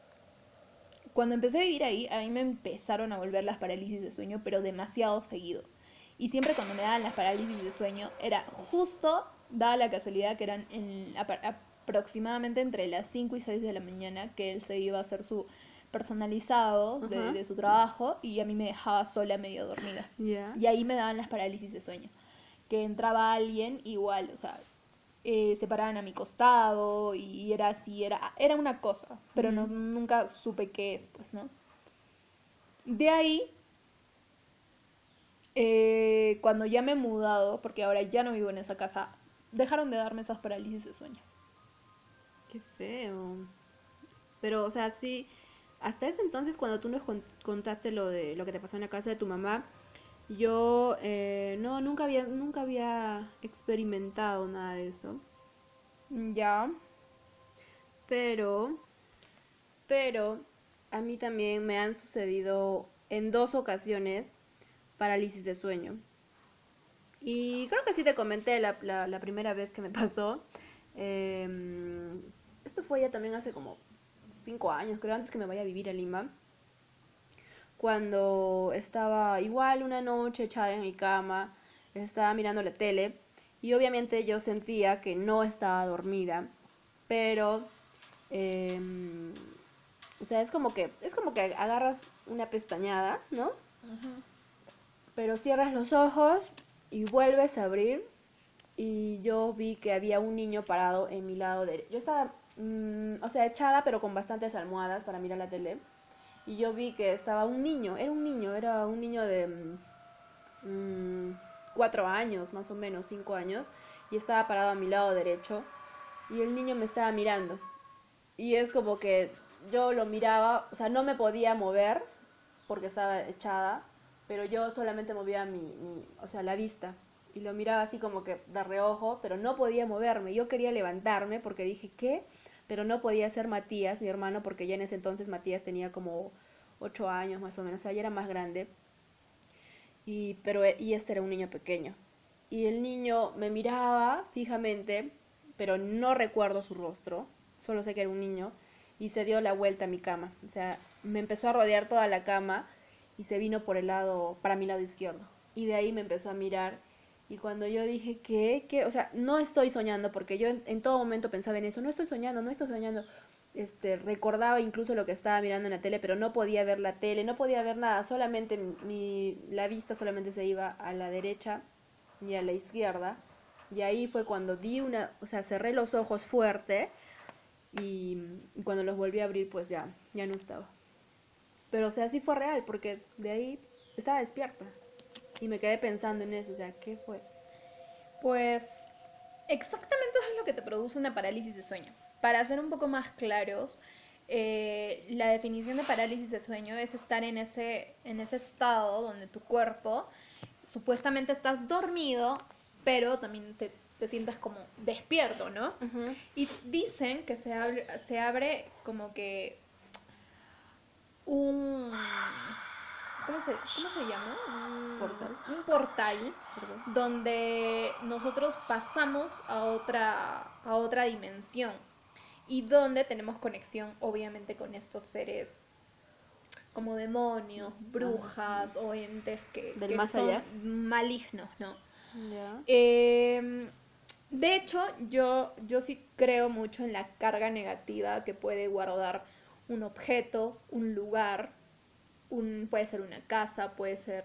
Cuando empecé a vivir ahí, a mí me empezaron a volver las parálisis de sueño, pero demasiado seguido. Y siempre cuando me daban las parálisis de sueño, era justo, dada la casualidad que eran en, apar- aproximadamente entre las cinco y seis de la mañana, que él se iba a hacer su personalizado de, Ajá. de su trabajo y a mí me dejaba sola medio dormida. Ya. Y ahí me daban las parálisis de sueño. Que entraba alguien igual, o sea, eh, se paraban a mi costado y era así, era, era una cosa, pero no, Ujú. nunca supe qué es, pues, ¿no? De ahí, eh, cuando ya me he mudado, porque ahora ya no vivo en esa casa, dejaron de darme esas parálisis de sueño. Qué feo. Pero, o sea, sí, hasta ese entonces cuando tú nos con- contaste lo de lo que te pasó en la casa de tu mamá, yo eh, no, nunca había, nunca había experimentado nada de eso. Ya, Pero, pero, a mí también me han sucedido en dos ocasiones parálisis de sueño. Y creo que sí te comenté la, la, la primera vez que me pasó. Em, esto fue ya también hace como cinco años, creo, antes que me vaya a vivir a Lima. Cuando estaba igual una noche echada en mi cama, estaba mirando la tele y obviamente yo sentía que no estaba dormida, pero, em, o sea, es como que, es como que agarras una pestañada, ¿no? Pero cierras los ojos y vuelves a abrir y yo vi que había un niño parado en mi lado derecho. Yo estaba, mm, o sea, echada pero con bastantes almohadas para mirar la tele. y yo vi que estaba un niño, era un niño, era un niño de mm, cuatro años, más o menos, cinco años, y estaba parado a mi lado derecho, y el niño me estaba mirando. Y es como que yo lo miraba, o sea, no me podía mover porque estaba echada, pero yo solamente movía mi, mi, o sea, la vista. Y lo miraba así como que de reojo, pero no podía moverme. Yo quería levantarme porque dije, ¿qué? Pero no podía ser Matías, mi hermano, porque ya en ese entonces Matías tenía como ocho años más o menos, o sea, ya era más grande. Y, pero, y este era un niño pequeño. Y el niño me miraba fijamente, pero no recuerdo su rostro, solo sé que era un niño, y se dio la vuelta a mi cama. O sea, me empezó a rodear toda la cama y se vino por el lado, para mi lado izquierdo. Y de ahí me empezó a mirar. Y cuando yo dije, ¿qué? ¿Qué? O sea, no estoy soñando, porque yo en, en todo momento pensaba en eso, no estoy soñando, no estoy soñando. Este, recordaba incluso lo que estaba mirando en la tele, pero no podía ver la tele, no podía ver nada, solamente mi, la vista solamente se iba a la derecha y a la izquierda. Y ahí fue cuando di una, o sea, cerré los ojos fuerte y, y cuando los volví a abrir, pues ya, ya no estaba. Pero, o sea, sí fue real, porque de ahí estaba despierta y me quedé pensando en eso, o sea, ¿qué fue? Pues exactamente eso es lo que te produce una parálisis de sueño. Para ser un poco más claros, eh, la definición de parálisis de sueño es estar en ese, en ese estado donde tu cuerpo supuestamente estás dormido, pero también te, te sientes como despierto, ¿no? Uh-huh. Y dicen que se abre, se abre como que un... ¿Cómo se, cómo se llama? Portal. Un, un portal Perdón. donde nosotros pasamos a otra, a otra dimensión y donde tenemos conexión obviamente con estos seres como demonios, brujas o entes que, Del que más son allá. malignos, ¿no? Ya. Eh, de hecho, yo, yo sí creo mucho en la carga negativa que puede guardar un objeto, un lugar, un, puede ser una casa, puede ser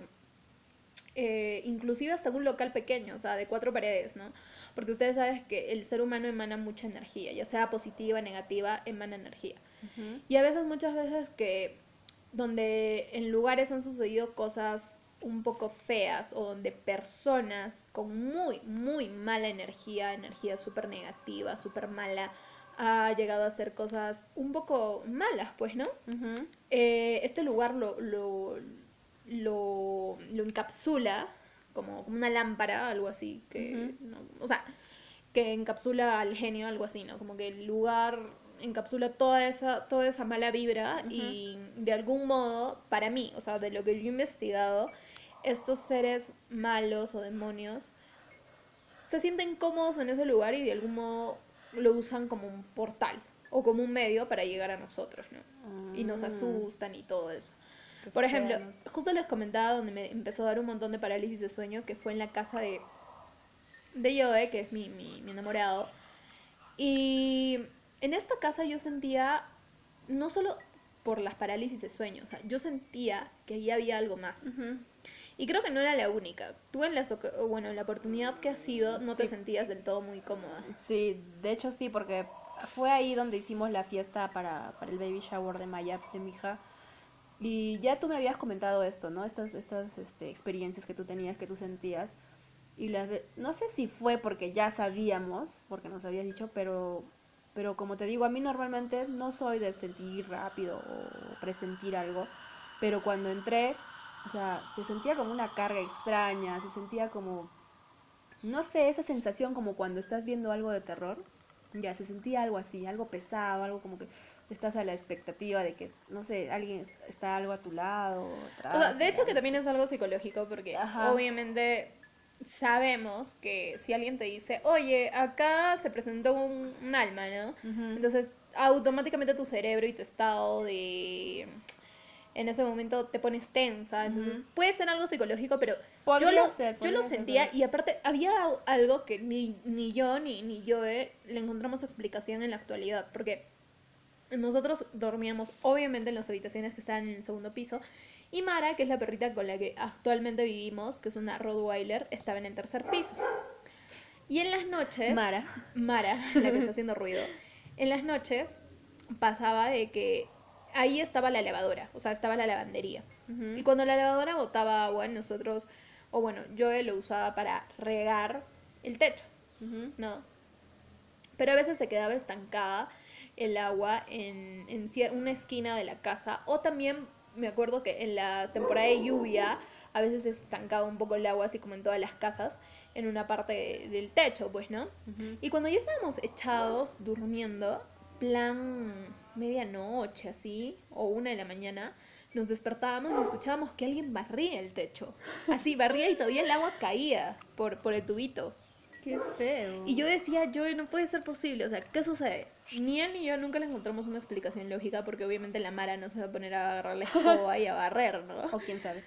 eh, inclusive hasta un local pequeño, o sea, de cuatro paredes, ¿no? Porque ustedes saben que el ser humano emana mucha energía, ya sea positiva, negativa, emana energía. Uh-huh. Y a veces, muchas veces que donde en lugares han sucedido cosas un poco feas o donde personas con muy, muy mala energía, energía súper negativa, súper mala, ha llegado a hacer cosas un poco malas, pues, ¿no? Uh-huh. Eh, este lugar lo, lo, lo, lo encapsula como, como una lámpara, algo así, que, Uh-huh. no, o sea, que encapsula al genio, algo así, ¿no? Como que el lugar encapsula toda esa, toda esa mala vibra Uh-huh. y de algún modo, para mí, o sea, de lo que yo he investigado, estos seres malos o demonios se sienten cómodos en ese lugar y de algún modo lo usan como un portal o como un medio para llegar a nosotros, ¿no? Y nos Mm, asustan y todo eso. qué Por fea ejemplo, nota. justo les comentaba donde me empezó a dar un montón de parálisis de sueño, que fue en la casa de, de Joe, que es mi, mi, mi enamorado. Y en esta casa yo sentía, no solo por las parálisis de sueño, o sea, yo sentía que ahí había algo más. Uh-huh. Y creo que no era la única. Tú en, las, bueno, en la oportunidad que has sido no te Sí, sentías del todo muy cómoda. sí, de hecho sí, porque fue ahí donde hicimos la fiesta para, para el baby shower de Maya, de mi hija. Y ya tú me habías comentado esto, ¿no? Estas, estas este, experiencias que tú tenías, que tú sentías. Y las ve- no sé si fue porque ya sabíamos, porque nos habías dicho, pero, pero como te digo, a mí normalmente no soy de sentir rápido o presentir algo. Pero cuando entré, o sea, se sentía como una carga extraña, se sentía como, no sé, esa sensación como cuando estás viendo algo de terror. Ya, se sentía algo así, algo pesado, algo como que estás a la expectativa de que, no sé, alguien está algo a tu lado, O sea, atrás, de hecho que mirándote. también es algo psicológico porque Ajá. obviamente sabemos que si alguien te dice, oye, acá se presentó un, un alma, ¿no? Ujú. Entonces automáticamente tu cerebro y tu estado de... En ese momento te pones tensa, entonces Ujú. puede ser algo psicológico, pero yo Podría lo, ser, yo lo podría ser, pero... sentía y aparte había algo que ni, ni yo ni, ni yo eh, le encontramos explicación en la actualidad, porque nosotros dormíamos obviamente en las habitaciones que estaban en el segundo piso y Mara, que es la perrita con la que actualmente vivimos, que es una Rottweiler, estaba en el tercer piso. Y en las noches, Mara. Mara, la que está haciendo ruido, en las noches pasaba de que ahí estaba la lavadora, o sea, estaba la lavandería. Ujú. Y cuando la lavadora botaba agua, nosotros, o bueno, yo lo usaba para regar el techo, Ujú. ¿no? Pero a veces se quedaba estancada el agua en, en cier- una esquina de la casa. O también me acuerdo que en la temporada de lluvia a veces se estancaba un poco el agua, así como en todas las casas, en una parte de- del techo, pues, ¿no? Ujú. Y cuando ya estábamos echados, durmiendo, plan medianoche, así, o una de la mañana, nos despertábamos y escuchábamos que alguien barría el techo. Así, barría y todavía el agua caía por, por el tubito. Qué feo. Y yo decía, yo no puede ser posible, o sea, ¿qué sucede? Ni él ni yo nunca le encontramos una explicación lógica porque obviamente la Mara no se va a poner a agarrar la escoba y a barrer, ¿no? O quién sabe.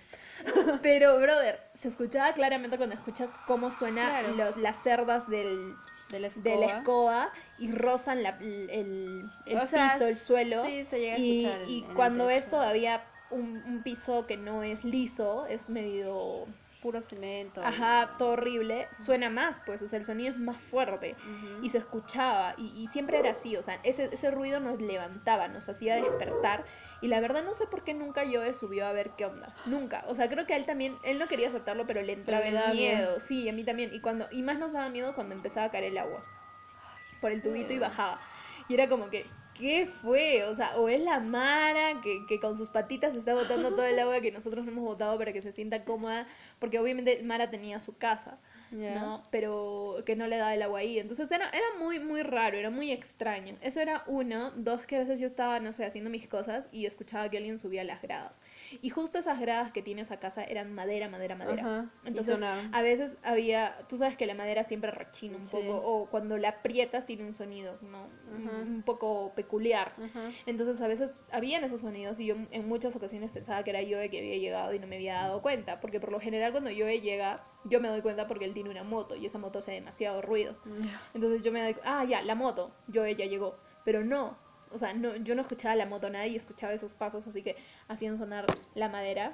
Pero, brother, se escuchaba claramente cuando escuchas cómo suena Claro. los, las cerdas del, De la de la escoba. escoba y rozan la- el, el- el O sea, piso, el suelo. sí, se llega a y, escuchar en- y en el cuando es techo. todavía un, un piso que no es liso, es medio... Puro cemento. Ajá, todo horrible, suena más, pues, o sea, el sonido es más fuerte Ujú. y se escuchaba y, y siempre era así, o sea, ese, ese ruido nos levantaba, nos hacía despertar y la verdad no sé por qué nunca Joe subió a ver qué onda, nunca, o sea, creo que a él también, él no quería aceptarlo, pero le entraba Pero le el daba miedo, miedo. sí, a mí también, y cuando y más nos daba miedo cuando empezaba a caer el agua por el tubito y Feo. bajaba. Y era como que, ¿qué fue? O sea, o es la Mara que, que con sus patitas está botando todo el agua que nosotros no hemos botado para que se sienta cómoda, porque obviamente Mara tenía su casa, Ya. ¿no? Pero que no le daba el agua ahí. Entonces era, era muy, muy raro, era muy extraño. Eso era uno. Dos, que a veces yo estaba, no sé, haciendo mis cosas y escuchaba que alguien subía las gradas. Y justo esas gradas que tiene esa casa eran madera, madera, madera. Ajá. Y Entonces, sonaron. a veces había, tú sabes que la madera siempre rechina un Sí. poco, o cuando la aprietas tiene un sonido, ¿no? Un- Ajá. Un poco peculiar. Ajá. Entonces, a veces habían esos sonidos y yo en muchas ocasiones pensaba que era Joe que había llegado y no me había dado cuenta, porque por lo general cuando Joe llega, yo me doy cuenta porque él tiene una moto y esa moto hace demasiado ruido. Ya. Entonces yo me doy, ah, ya, la moto, Joe ya llegó, pero no. O sea, no, yo no escuchaba la moto nada y escuchaba esos pasos, así que hacían sonar la madera.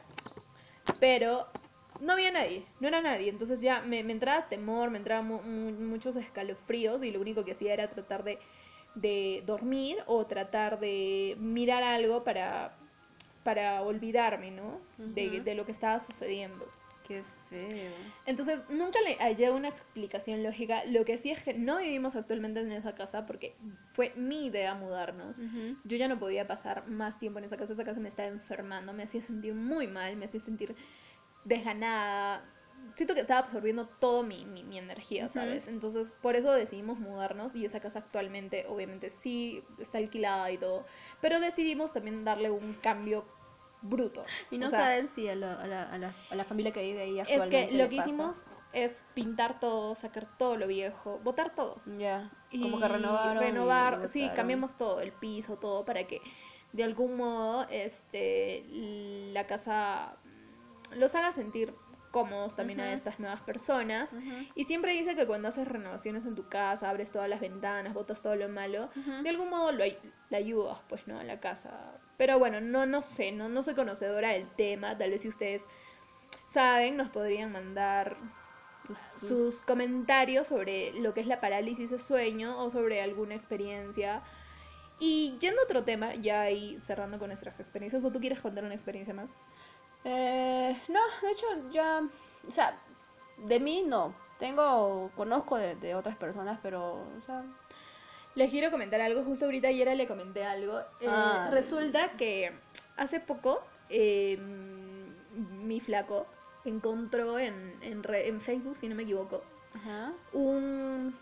Pero no había nadie, no era nadie. Entonces ya me, me entraba temor, me entraban mu- mu- muchos escalofríos y lo único que hacía era tratar de, de dormir o tratar de mirar algo para, para olvidarme, ¿no? De, Ujú. de lo que estaba sucediendo. Qué feo. Entonces, nunca le hallé una explicación lógica. Lo que sí es que no vivimos actualmente en esa casa porque fue mi idea mudarnos. Ujú. Yo ya no podía pasar más tiempo en esa casa. Esa casa me estaba enfermando, me hacía sentir muy mal, me hacía sentir desganada. Siento que estaba absorbiendo toda mi, mi, mi energía, Ujú. ¿sabes? Entonces, por eso decidimos mudarnos y esa casa actualmente, obviamente, sí está alquilada y todo. Pero decidimos también darle un cambio bruto. Y no O sea, saben si a la, a, la, a, la, a la familia que vive ahí es que actualmente lo le que pasa. hicimos es pintar todo, sacar todo lo viejo, botar todo. Ya. Y Como que renovaron. renovar, y sí, botaron. cambiamos todo, el piso, todo, para que de algún modo este, la casa mm, los haga sentir cómodos también a Ujú. estas nuevas personas. Ujú. Y siempre dice que cuando haces renovaciones en tu casa, abres todas las ventanas, botas todo lo malo, Ujú. de algún modo lo, ay- le ayudas, pues, ¿no? A la casa. Pero bueno, no, no sé, no, no soy conocedora del tema. Tal vez si ustedes saben, nos podrían mandar Sus- sus- sus comentarios sobre lo que es la parálisis de sueño o sobre alguna experiencia. Y yendo a otro tema, ya ahí cerrando con nuestras experiencias, ¿o tú quieres contar una experiencia más? Eh, no, de hecho ya, o sea, de mí no. Tengo, conozco de, de otras personas, pero, o sea, Les quiero comentar algo, justo ahorita ayer le comenté algo. Eh, Ah. resulta que hace poco eh, mi flaco encontró en, en, re- en Facebook, si no me equivoco, ajá. un...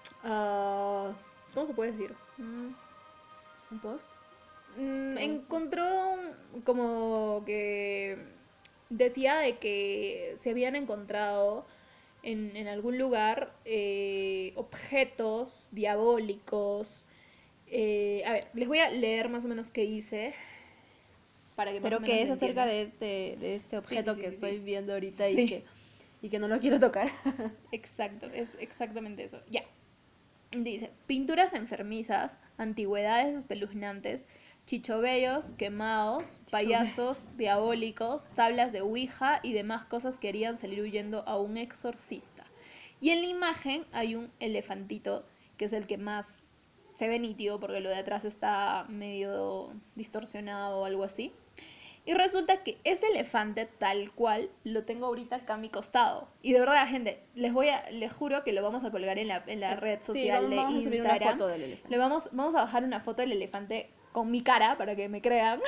ah, ¿cómo se puede decir? Mm, un post. Mm, ¿Qué? encontró un- como que decía de que se habían encontrado en, en algún lugar eh, objetos diabólicos. Eh, a ver, les voy a leer más o menos qué hice para que más o Pero menos que me es acerca entiendan. de este, de este objeto sí, que sí, estoy sí. viendo ahorita Sí. y que, y que no lo quiero tocar. Exacto, es exactamente eso. Ya. Dice, pinturas enfermizas, antigüedades espeluznantes, chichobellos quemados, payasos diabólicos, tablas de ouija y demás cosas que harían salir huyendo a un exorcista. Y en la imagen hay un elefantito, que es el que más se ve nítido porque lo de atrás está medio distorsionado o algo así. Y resulta que ese elefante tal cual lo tengo ahorita acá a mi costado. Y de verdad, gente, les voy a, les juro que lo vamos a colgar en la, en la red Sí, social vamos, de vamos a subir Instagram. una foto del elefante. Le vamos, vamos a bajar una foto del elefante con mi cara para que me crean.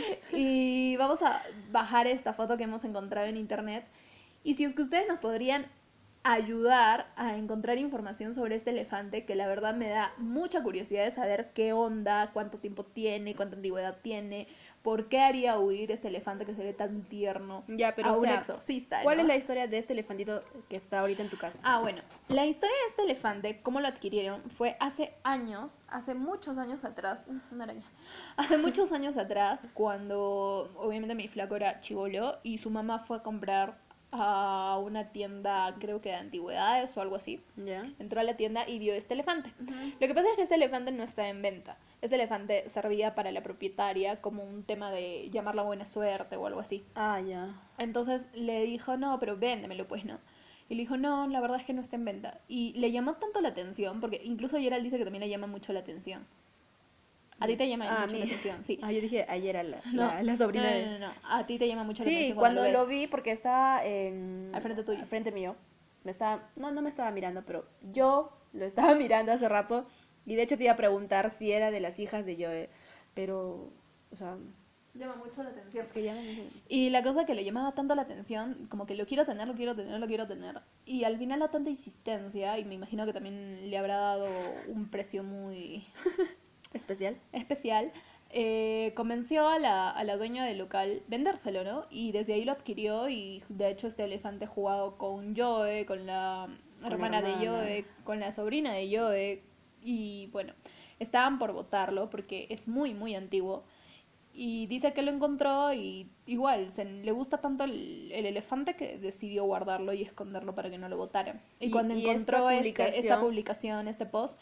Y vamos a bajar esta foto que hemos encontrado en internet. Y si es que ustedes nos podrían ayudar a encontrar información sobre este elefante, que la verdad me da mucha curiosidad de saber qué onda, cuánto tiempo tiene, cuánta antigüedad tiene, por qué haría huir este elefante que se ve tan tierno Ya, pero a o un sea, exorcista, ¿cuál ¿no? es la historia de este elefantito que está ahorita en tu casa? Ah, bueno, la historia de este elefante, cómo lo adquirieron, fue hace años, hace muchos años atrás, uh, una araña, hace muchos años atrás, cuando obviamente mi flaco era chibolo y su mamá fue a comprar a una tienda, creo que de antigüedades o algo así. Ya. Entró a la tienda y vio este elefante. Ujú. Lo que pasa es que este elefante no está en venta. Este elefante servía para la propietaria como un tema de llamarla buena suerte o algo así. Ah, ya. Entonces le dijo, no, pero véndemelo pues, ¿no? Y le dijo, no, la verdad es que no está en venta. Y le llamó tanto la atención, porque incluso Gerald dice que también le llama mucho la atención. A ti te llama Ah, mucho mi- la atención, sí. Ah, yo dije ayer a la, No, la, la sobrina no, de... no, no, no. A ti te llama mucho la Sí, atención cuando cuando, lo lo ves. vi porque estaba en... Al frente tuyo. Al frente mío. Me estaba... No, no me estaba mirando, pero yo lo estaba mirando hace rato. Y de hecho te iba a preguntar si era de las hijas de Joe. Pero... O sea... Llama mucho la atención. Es que ya me... Y la cosa que le llamaba tanto la atención, como que lo quiero tener, lo quiero tener, lo quiero tener. Y al final a tanta insistencia, y me imagino que también le habrá dado un precio muy Especial. especial, eh, convenció a la, a la dueña del local vendérselo, ¿no? Y desde ahí lo adquirió y de hecho este elefante ha jugado con Joe, con la la hermana de hermana. Joe, con la sobrina de Joe. Y bueno, estaban por botarlo porque es muy, muy antiguo. Y dice que lo encontró y igual, se, le gusta tanto el, el elefante que decidió guardarlo y esconderlo para que no lo botaran. Y, Y- cuando y encontró esta este- esta publicación- publicación, este post,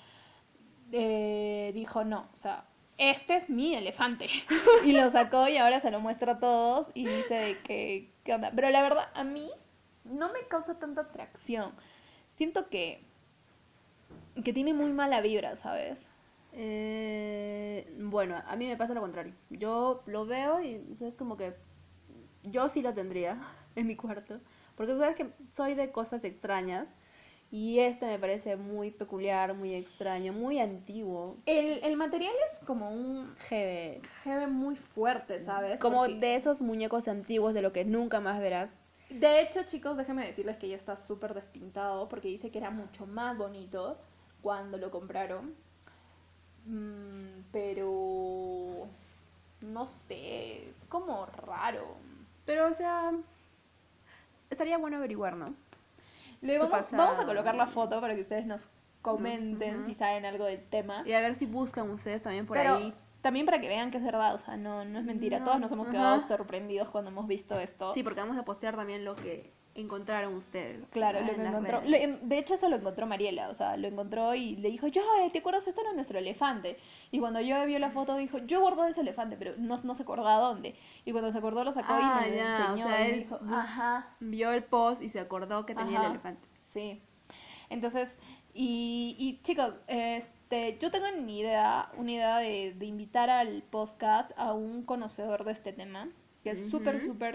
eh, dijo no, o sea, este es mi elefante. Y lo sacó y ahora se lo muestra a todos y dice de que, ¿qué onda? Pero la verdad, a mí no me causa tanta atracción. Siento que, que tiene muy mala vibra, ¿sabes? Eh, bueno, a mí me pasa lo contrario. Yo lo veo y o sea, es como que yo sí lo tendría en mi cuarto. Porque tú sabes que soy de cosas extrañas. Y este me parece muy peculiar, muy extraño, muy antiguo. El, el material es como un Jeve. jeve muy fuerte, ¿sabes? Como Porque- de esos muñecos antiguos de lo que nunca más verás. De hecho, chicos, déjenme decirles que ya está súper despintado porque dice que era mucho más bonito cuando lo compraron. Mm, pero... No sé, es como raro. Pero, o sea, estaría bueno averiguar, ¿no? Le Su vamos, pasado. vamos a colocar la foto para que ustedes nos comenten Ujú. si saben algo del tema. Y a ver si buscan ustedes también por Pero ahí. también para que vean que es verdad, o sea, no, no es mentira. No, Todos nos hemos ajá. quedado sorprendidos cuando hemos visto esto. Sí, porque vamos a postear también lo que encontraron ustedes. Claro, ¿no? lo En que las encontró. redes. lo- en- de hecho, eso lo encontró Mariela. O sea, lo encontró y le dijo, yo, ¿te acuerdas? Esto era nuestro elefante. Y cuando yo vio la foto, dijo, yo guardé ese elefante, pero no, no se acordaba dónde. Y cuando se acordó, lo sacó Ah, y me lo ya, o enseñó. sea, y él dijo, bus- ajá. Vio el post y se acordó que tenía Ajá, el elefante. Sí. Entonces, y, y chicos, este, yo tengo una idea, una idea de, de invitar al podcast a un conocedor de este tema, que es súper, Ujú. súper...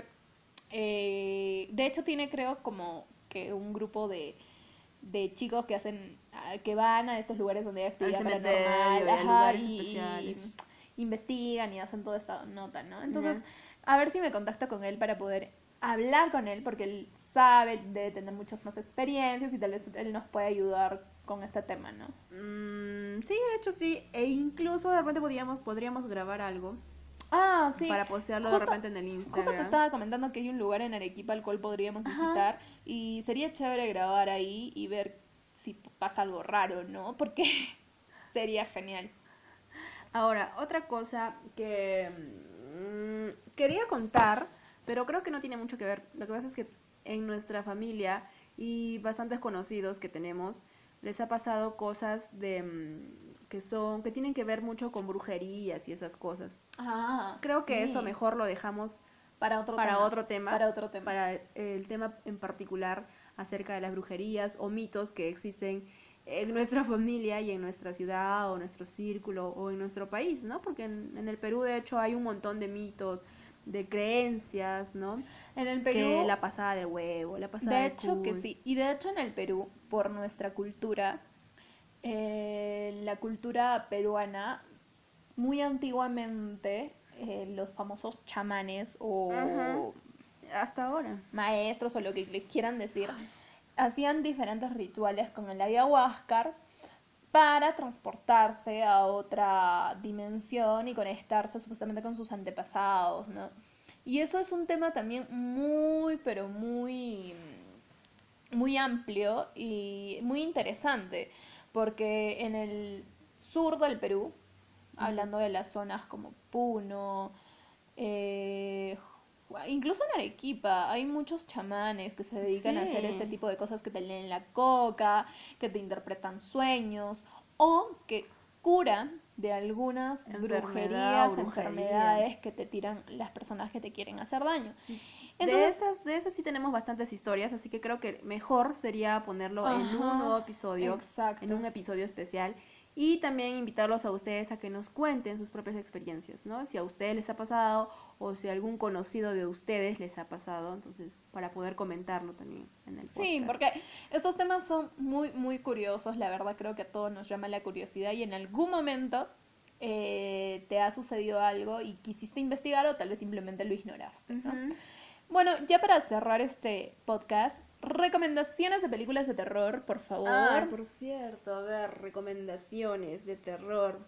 eh, de hecho, tiene creo como que un grupo de, de chicos que hacen, ah, que van a estos lugares donde hay actividad cementerio paranormal, y a ajá, lugares y- especiales. y investigan y hacen toda esta nota, ¿no? Entonces, Ya. a ver si me contacto con él para poder hablar con él, porque él sabe, debe tener muchas más experiencias y tal vez él nos puede ayudar con este tema, ¿no? Mm, sí, de hecho sí. E incluso de repente podríamos, podríamos grabar algo Ah, sí. para postearlo Justo- de repente en el Instagram. Justo te estaba comentando que hay un lugar en Arequipa al cual podríamos Ajá. visitar y sería chévere grabar ahí y ver si pasa algo raro, ¿no? Porque sería genial. Ahora, otra cosa que mm, quería contar, pero creo que no tiene mucho que ver. Lo que pasa es que en nuestra familia y bastantes conocidos que tenemos, les ha pasado cosas de mm, que son, que tienen que ver mucho con brujerías y esas cosas. Ah, Creo que sí. eso mejor lo dejamos para otro para tema. otro tema. Para otro tema. Para el tema en particular acerca de las brujerías o mitos que existen en nuestra familia y en nuestra ciudad o nuestro círculo o en nuestro país, ¿no? Porque en, en el Perú, de hecho, hay un montón de mitos, de creencias, ¿no? En el Que Perú, la pasada del huevo, la pasada de del hecho que cuy. sí. Y de hecho en el Perú, por nuestra cultura, eh, la cultura peruana, muy antiguamente, eh, los famosos chamanes Ajá, o hasta ahora. maestros o lo que les quieran decir, hacían diferentes rituales con el ayahuasca para transportarse a otra dimensión y conectarse supuestamente con sus antepasados, ¿no? Y eso es un tema también muy, pero muy, muy amplio y muy interesante, porque en el sur del Perú, Ujú. hablando de las zonas como Puno, eh, incluso en Arequipa hay muchos chamanes que se dedican a hacer este Sí, tipo de cosas, que te leen la coca, que te interpretan sueños o que curan de algunas enfermedad o brujerías, brujería. enfermedades que te tiran las personas que te quieren hacer daño. De Entonces, esas, de esas sí tenemos bastantes historias, así que creo que mejor sería ponerlo en un nuevo ajá, episodio, en exacto. un episodio especial, y también invitarlos a ustedes a que nos cuenten sus propias experiencias, ¿no? Si a ustedes les ha pasado o si a algún conocido de ustedes les ha pasado, entonces para poder comentarlo también en el Sí, podcast. porque estos temas son muy, muy curiosos, la verdad creo que a todos nos llama la curiosidad y en algún momento eh, te ha sucedido algo y quisiste investigar o tal vez simplemente lo ignoraste, ¿no? Ujú. Bueno, ya para cerrar este podcast, recomendaciones de películas de terror, por Ah, favor. por cierto, a ver, recomendaciones de terror.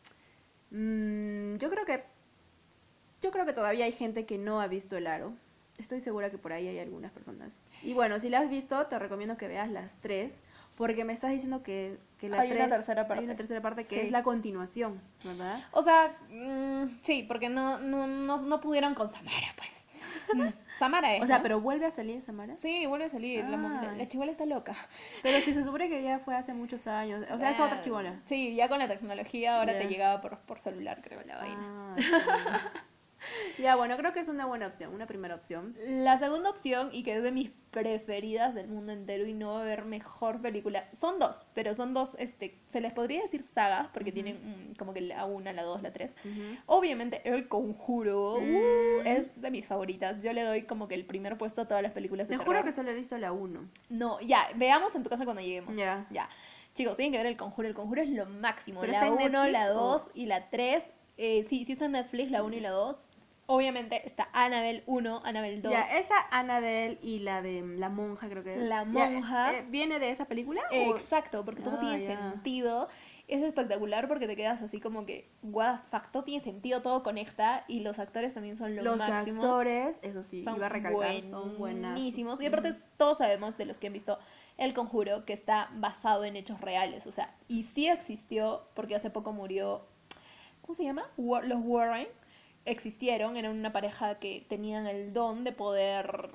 Mm, yo creo que Yo creo que todavía hay gente que no ha visto El Aro. Estoy segura que por ahí hay algunas personas. Y bueno, si la has visto, te recomiendo que veas las tres, porque me estás diciendo que, que la Hay una tres tercera hay una parte. tercera parte que es Sí. la continuación, ¿verdad? O sea, mm, sí, porque no, no, no, no pudieron con Samara, pues. Mm, Samara O es, sea, ¿no? pero vuelve a salir Samara. Sí, vuelve a salir. La, mu- la, Ah, la chibola está loca. pero si se supone que ya fue hace muchos años. O sea, es otra Eh, chibola. sí, ya con la tecnología ahora te Ya. llegaba por, por celular, creo, la vaina. Ah, sí. Ya, bueno, creo que es una buena opción, una primera opción. La segunda opción, y que es de mis preferidas del mundo entero y no va a haber mejor película, son dos, pero son dos, este, se les podría decir sagas, porque Ujú, tienen mm, como que la una, la dos, la tres. ujú. Obviamente, El Conjuro uh, Mm, es de mis favoritas. Yo le doy como que el primer puesto a todas las películas de te juro terror. que solo he visto la uno. No, ya, veamos en tu casa cuando lleguemos. Ya. Ya. Chicos, tienen que ver El Conjuro. El Conjuro es lo máximo. ¿Pero está La en uno, Netflix la o...? dos y la tres. Eh, sí, sí está en Netflix, la uno y la dos. Obviamente está Annabelle uno, Annabelle Ya, dos, esa Annabelle y la de la monja creo que es. La Ya, eh, Monja. eh, ¿viene de esa película o...? Exacto, porque todo Ah, tiene ya. sentido. Es espectacular porque te quedas así como que, what the fuck, todo tiene sentido, todo conecta y los actores también son lo Los máximo. actores, eso sí, Son iba a recalcar, son buenazos. buenísimos. Y aparte Ujú. todos sabemos de los que han visto El Conjuro que está basado en hechos reales. O sea, y sí existió porque hace poco murió, ¿cómo se llama? Wa- Los Warren existieron, eran una pareja que tenían el don de poder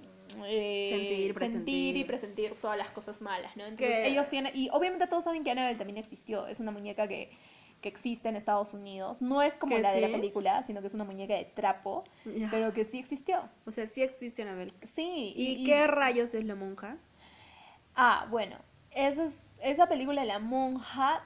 eh, Sentir, sentir y presentir. presentir todas las cosas malas, ¿no? Entonces Que... ellos tienen, y obviamente todos saben que Annabelle también existió, es una muñeca que, que existe en Estados Unidos, no es como que la de la sí. película, sino que es una muñeca de trapo, Ya. pero que sí existió. O sea, sí existe Annabelle. Sí, y, ¿Y y- qué rayos es la monja? ah, bueno, esa, es- esa película de la monja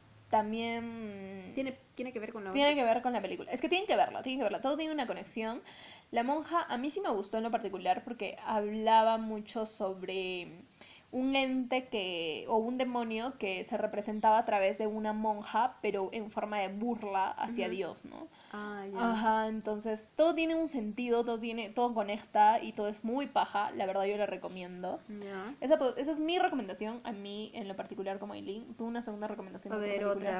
también ¿Tiene, tiene que ver con la otra? tiene que ver con la película. Es que tienen que verla, tienen que verla. Todo tiene una conexión. La monja, a mí sí me gustó en lo particular porque hablaba mucho sobre un ente que, o un demonio que se representaba a través de una monja, pero en forma de burla hacia Ujú. Dios, ¿no? Ah, ya. Ajá, entonces todo tiene un sentido, todo tiene, todo conecta y todo es muy paja. La verdad yo le recomiendo. Ya. Esa, po- esa es mi recomendación a mí en lo particular como Aileen. ¿Tú una segunda recomendación A de otra ver, película? otra.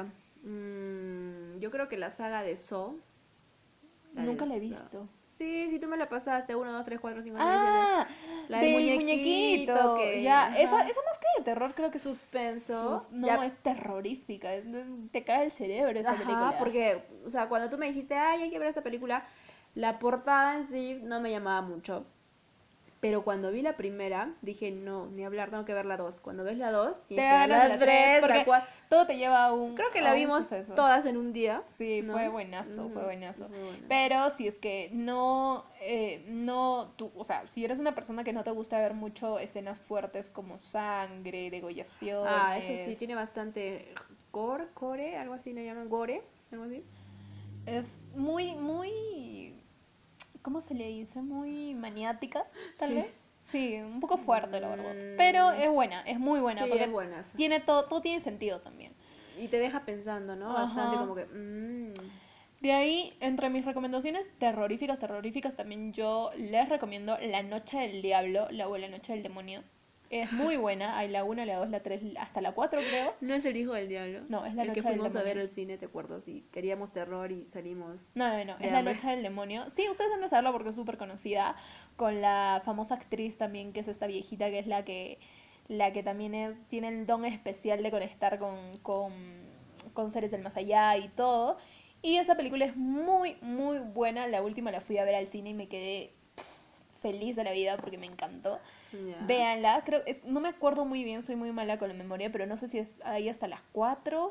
Mm, yo creo que la saga de Saw. La de Nunca la he Saw. visto. Sí, sí, tú me la pasaste. Uno, dos, tres, cuatro, cinco, seis, siete. Ah, La del del muñequito muñequito. que... Ya, esa, Ajá. esa más que de terror creo que es Suspenso. sus- no, Ya. es terrorífica. es- es- te cae el cerebro esa Ajá, película. porque, o sea, cuando tú me dijiste, ay, hay que ver esta película, la portada en sí no me llamaba mucho. Pero cuando vi la primera, dije, no, ni hablar, tengo que ver la dos. Cuando ves la dos, Te tienes que ver ganas la la tres, tres, porque la cuatro. todo te lleva a un Creo que a la un vimos suceso. todas en un día. Sí, ¿no? fue buenazo, fue Ujú, buenazo. fue buena. Pero si es que no, eh, no, tú, o sea, si eres una persona que no te gusta ver mucho escenas fuertes como sangre, degollaciones. Ah, eso sí, tiene bastante gore, core, algo así le llaman, gore, algo así. Es muy, muy, ¿cómo se le dice? Muy maniática, tal Sí. vez. Sí, un poco fuerte, la verdad. Mm. Pero es buena, es muy buena, Sí, porque es buena esa. tiene todo, todo tiene sentido también. Y te deja pensando, ¿no? Bastante Ajá. como que... mm. De ahí, entre mis recomendaciones terroríficas, terroríficas, también yo les recomiendo La Noche del Diablo, la, o La Noche del Demonio. Es muy buena, hay la uno, la dos, la tres, hasta la cuatro creo. ¿No es el hijo del diablo? No, es La El Noche que del fuimos a ver Demonio. al cine, ¿te acuerdas? Y queríamos terror y salimos... No, no, no, de es La hambre. Noche del Demonio. Sí, ustedes han de saberla porque es súper conocida, con la famosa actriz también, que es esta viejita, que es la que, la que también es, tiene el don especial de conectar con, con, con seres del más allá y todo. Y esa película es muy, muy buena. La última la fui a ver al cine y me quedé feliz de la vida porque me encantó. Ya. Véanla, creo, es, no me acuerdo muy bien, soy muy mala con la memoria, pero no sé si es ahí hasta las cuatro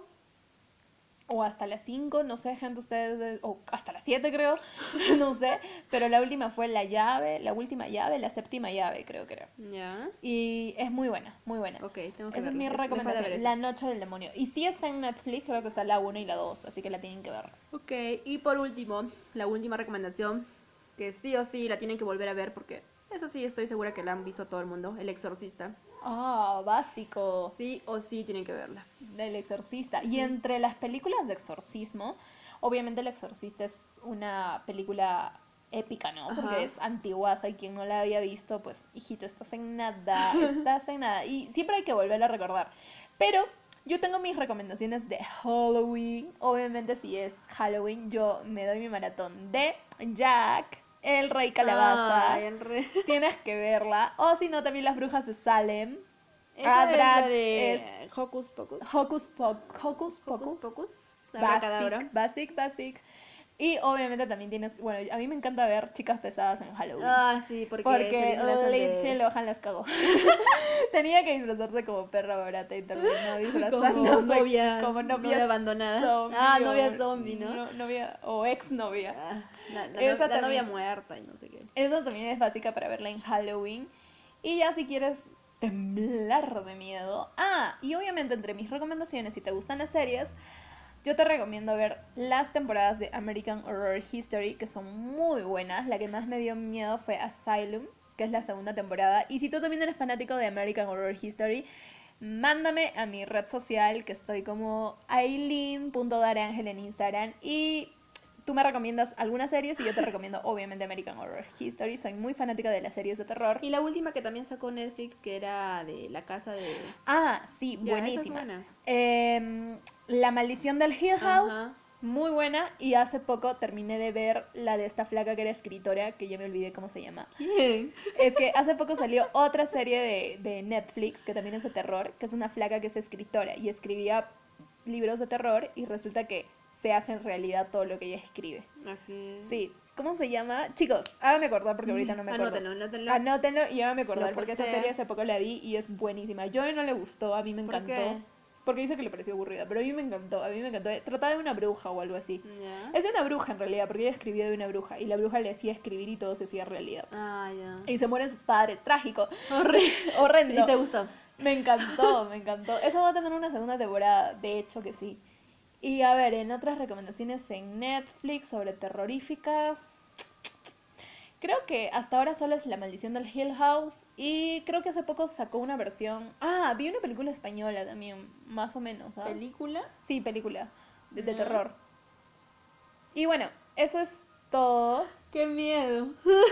o hasta las cinco, no sé, gente, ustedes, o hasta las siete creo, no sé, pero la última fue la llave, la última llave, la séptima llave creo que era. Ya. Y es muy buena, muy buena. Ok, tengo que Esa es verla. mi Es- me falta recomendación, ver esa. La Noche del Demonio. Y sí está en Netflix, creo que está la uno y la dos, así que la tienen que ver. Ok, y por último, la última recomendación, que sí o sí la tienen que volver a ver porque eso sí estoy segura que la han visto todo el mundo, El Exorcista. Ah, básico. Sí o sí tienen que verla. Del Exorcista. Y entre las películas de exorcismo, obviamente El Exorcista es una película épica, ¿no? Porque Ajá. es antiguaza y quien no la había visto, pues, hijito, estás en nada, estás en nada. Y siempre hay que volver a recordar. Pero yo tengo mis recomendaciones de Halloween. Obviamente, si es Halloween, yo me doy mi maratón de Jack, el Rey Calabaza. Ay, el re- Tienes que verla. O si no, también Las Brujas de Salem. Esa Ah, es Brad la de Hocus Pocus. Hocus Pocus. Hocus Hocus Pocus. Pocus. Abracadabra. Basic, basic, basic. Y obviamente también tienes, bueno, a mí me encanta ver chicas pesadas en Halloween. Ah, sí, porque, se porque disfrazan Lindsay de... Lohan las cagó. Tenía que disfrazarse como perra barata y terminó disfrazándose Como novia, como novia, novia abandonada. zombie Ah, o- novia zombie, ¿no? no- novia o ex novia. Ah, la, la- Esa la novia también. muerta y no sé qué. Esa también es básica para verla en Halloween. Y ya si quieres temblar de miedo. Ah, y obviamente entre mis recomendaciones, si te gustan las series, yo te recomiendo ver las temporadas de American Horror History, que son muy buenas. La que más me dio miedo fue Asylum, que es la segunda temporada. Y si tú también eres fanático de American Horror History, mándame a mi red social, que estoy como aileen punto dareangel en Instagram. Y tú me recomiendas algunas series y yo te recomiendo obviamente American Horror History. Soy muy fanática de las series de terror. Y la última que también sacó Netflix, que era de la casa de... Ah, sí, Ya, esa es buenísima. buena. Em, La maldición del Hill House, Ajá. muy buena. Y hace poco terminé de ver la de esta flaca que era escritora, que ya me olvidé cómo se llama. ¿Quién? Es que hace poco salió otra serie de, de Netflix, que también es de terror, que es una flaca que es escritora y escribía libros de terror y resulta que se hace en realidad todo lo que ella escribe. Así es. Sí, ¿cómo se llama? Chicos, háganme acordar porque ahorita no me acuerdo. Anótenlo, anótenlo. Anótenlo y háganme acordar Lo porque esa postea. serie hace poco la vi y es buenísima. Yo no le gustó, a mí me ¿Por encantó. qué? Porque dice que le pareció aburrida, pero a mí me encantó, a mí me encantó. Trataba de una bruja o algo así. Ya. Es de una bruja en realidad, porque ella escribió de una bruja y la bruja le hacía escribir y todo se hacía realidad. Ah, ya. Y se mueren sus padres, trágico, Horrible. horrendo. ¿Y te gustó? Me encantó, me encantó. Eso va a tener una segunda temporada, de hecho que sí. Y a ver, en otras recomendaciones en Netflix sobre terroríficas, creo que hasta ahora solo es La maldición del Hill House y creo que hace poco sacó una versión... Ah, vi una película española también, más o menos, ¿sabes? ¿Película? Sí, película de, de Ya. terror. Y bueno, eso es todo. ¡Qué miedo!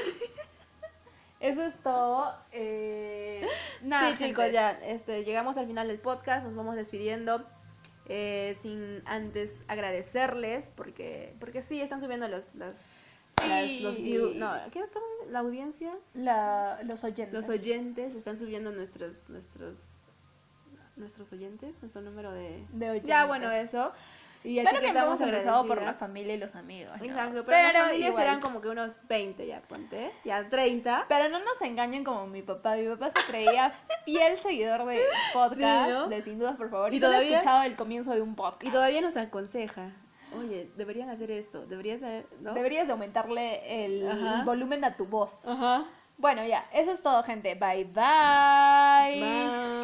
Eso es todo. Eh, nada, Sí, gente. chicos, ya este, llegamos al final del podcast, nos vamos despidiendo. eh, sin antes agradecerles, porque porque sí, están subiendo los, las, Sí. las- los views, no, ¿qué, cómo? La audiencia, La- los oyentes. los oyentes, están subiendo nuestros, nuestros, nuestros oyentes, nuestro número de... de oyentes. Ya, bueno, eso. Y así Claro que que estamos hemos empezado por la agradecidas. familia y los amigos, ¿no? Exacto, pero, las familias igual. serán como que unos veinte ya, ponte, ya treinta. Pero no nos engañen como mi papá. Mi papá se creía fiel seguidor de podcast, Sí, ¿no? de Sin Dudas, por favor. Y Y solo he todavía- escuchado el comienzo de un podcast. Y todavía nos aconseja, oye, deberían hacer esto, deberías hacer, ¿no? Deberías de aumentarle el, Ajá. el volumen a tu voz. Ajá. Bueno, ya, eso es todo, gente. Bye, bye. Bye.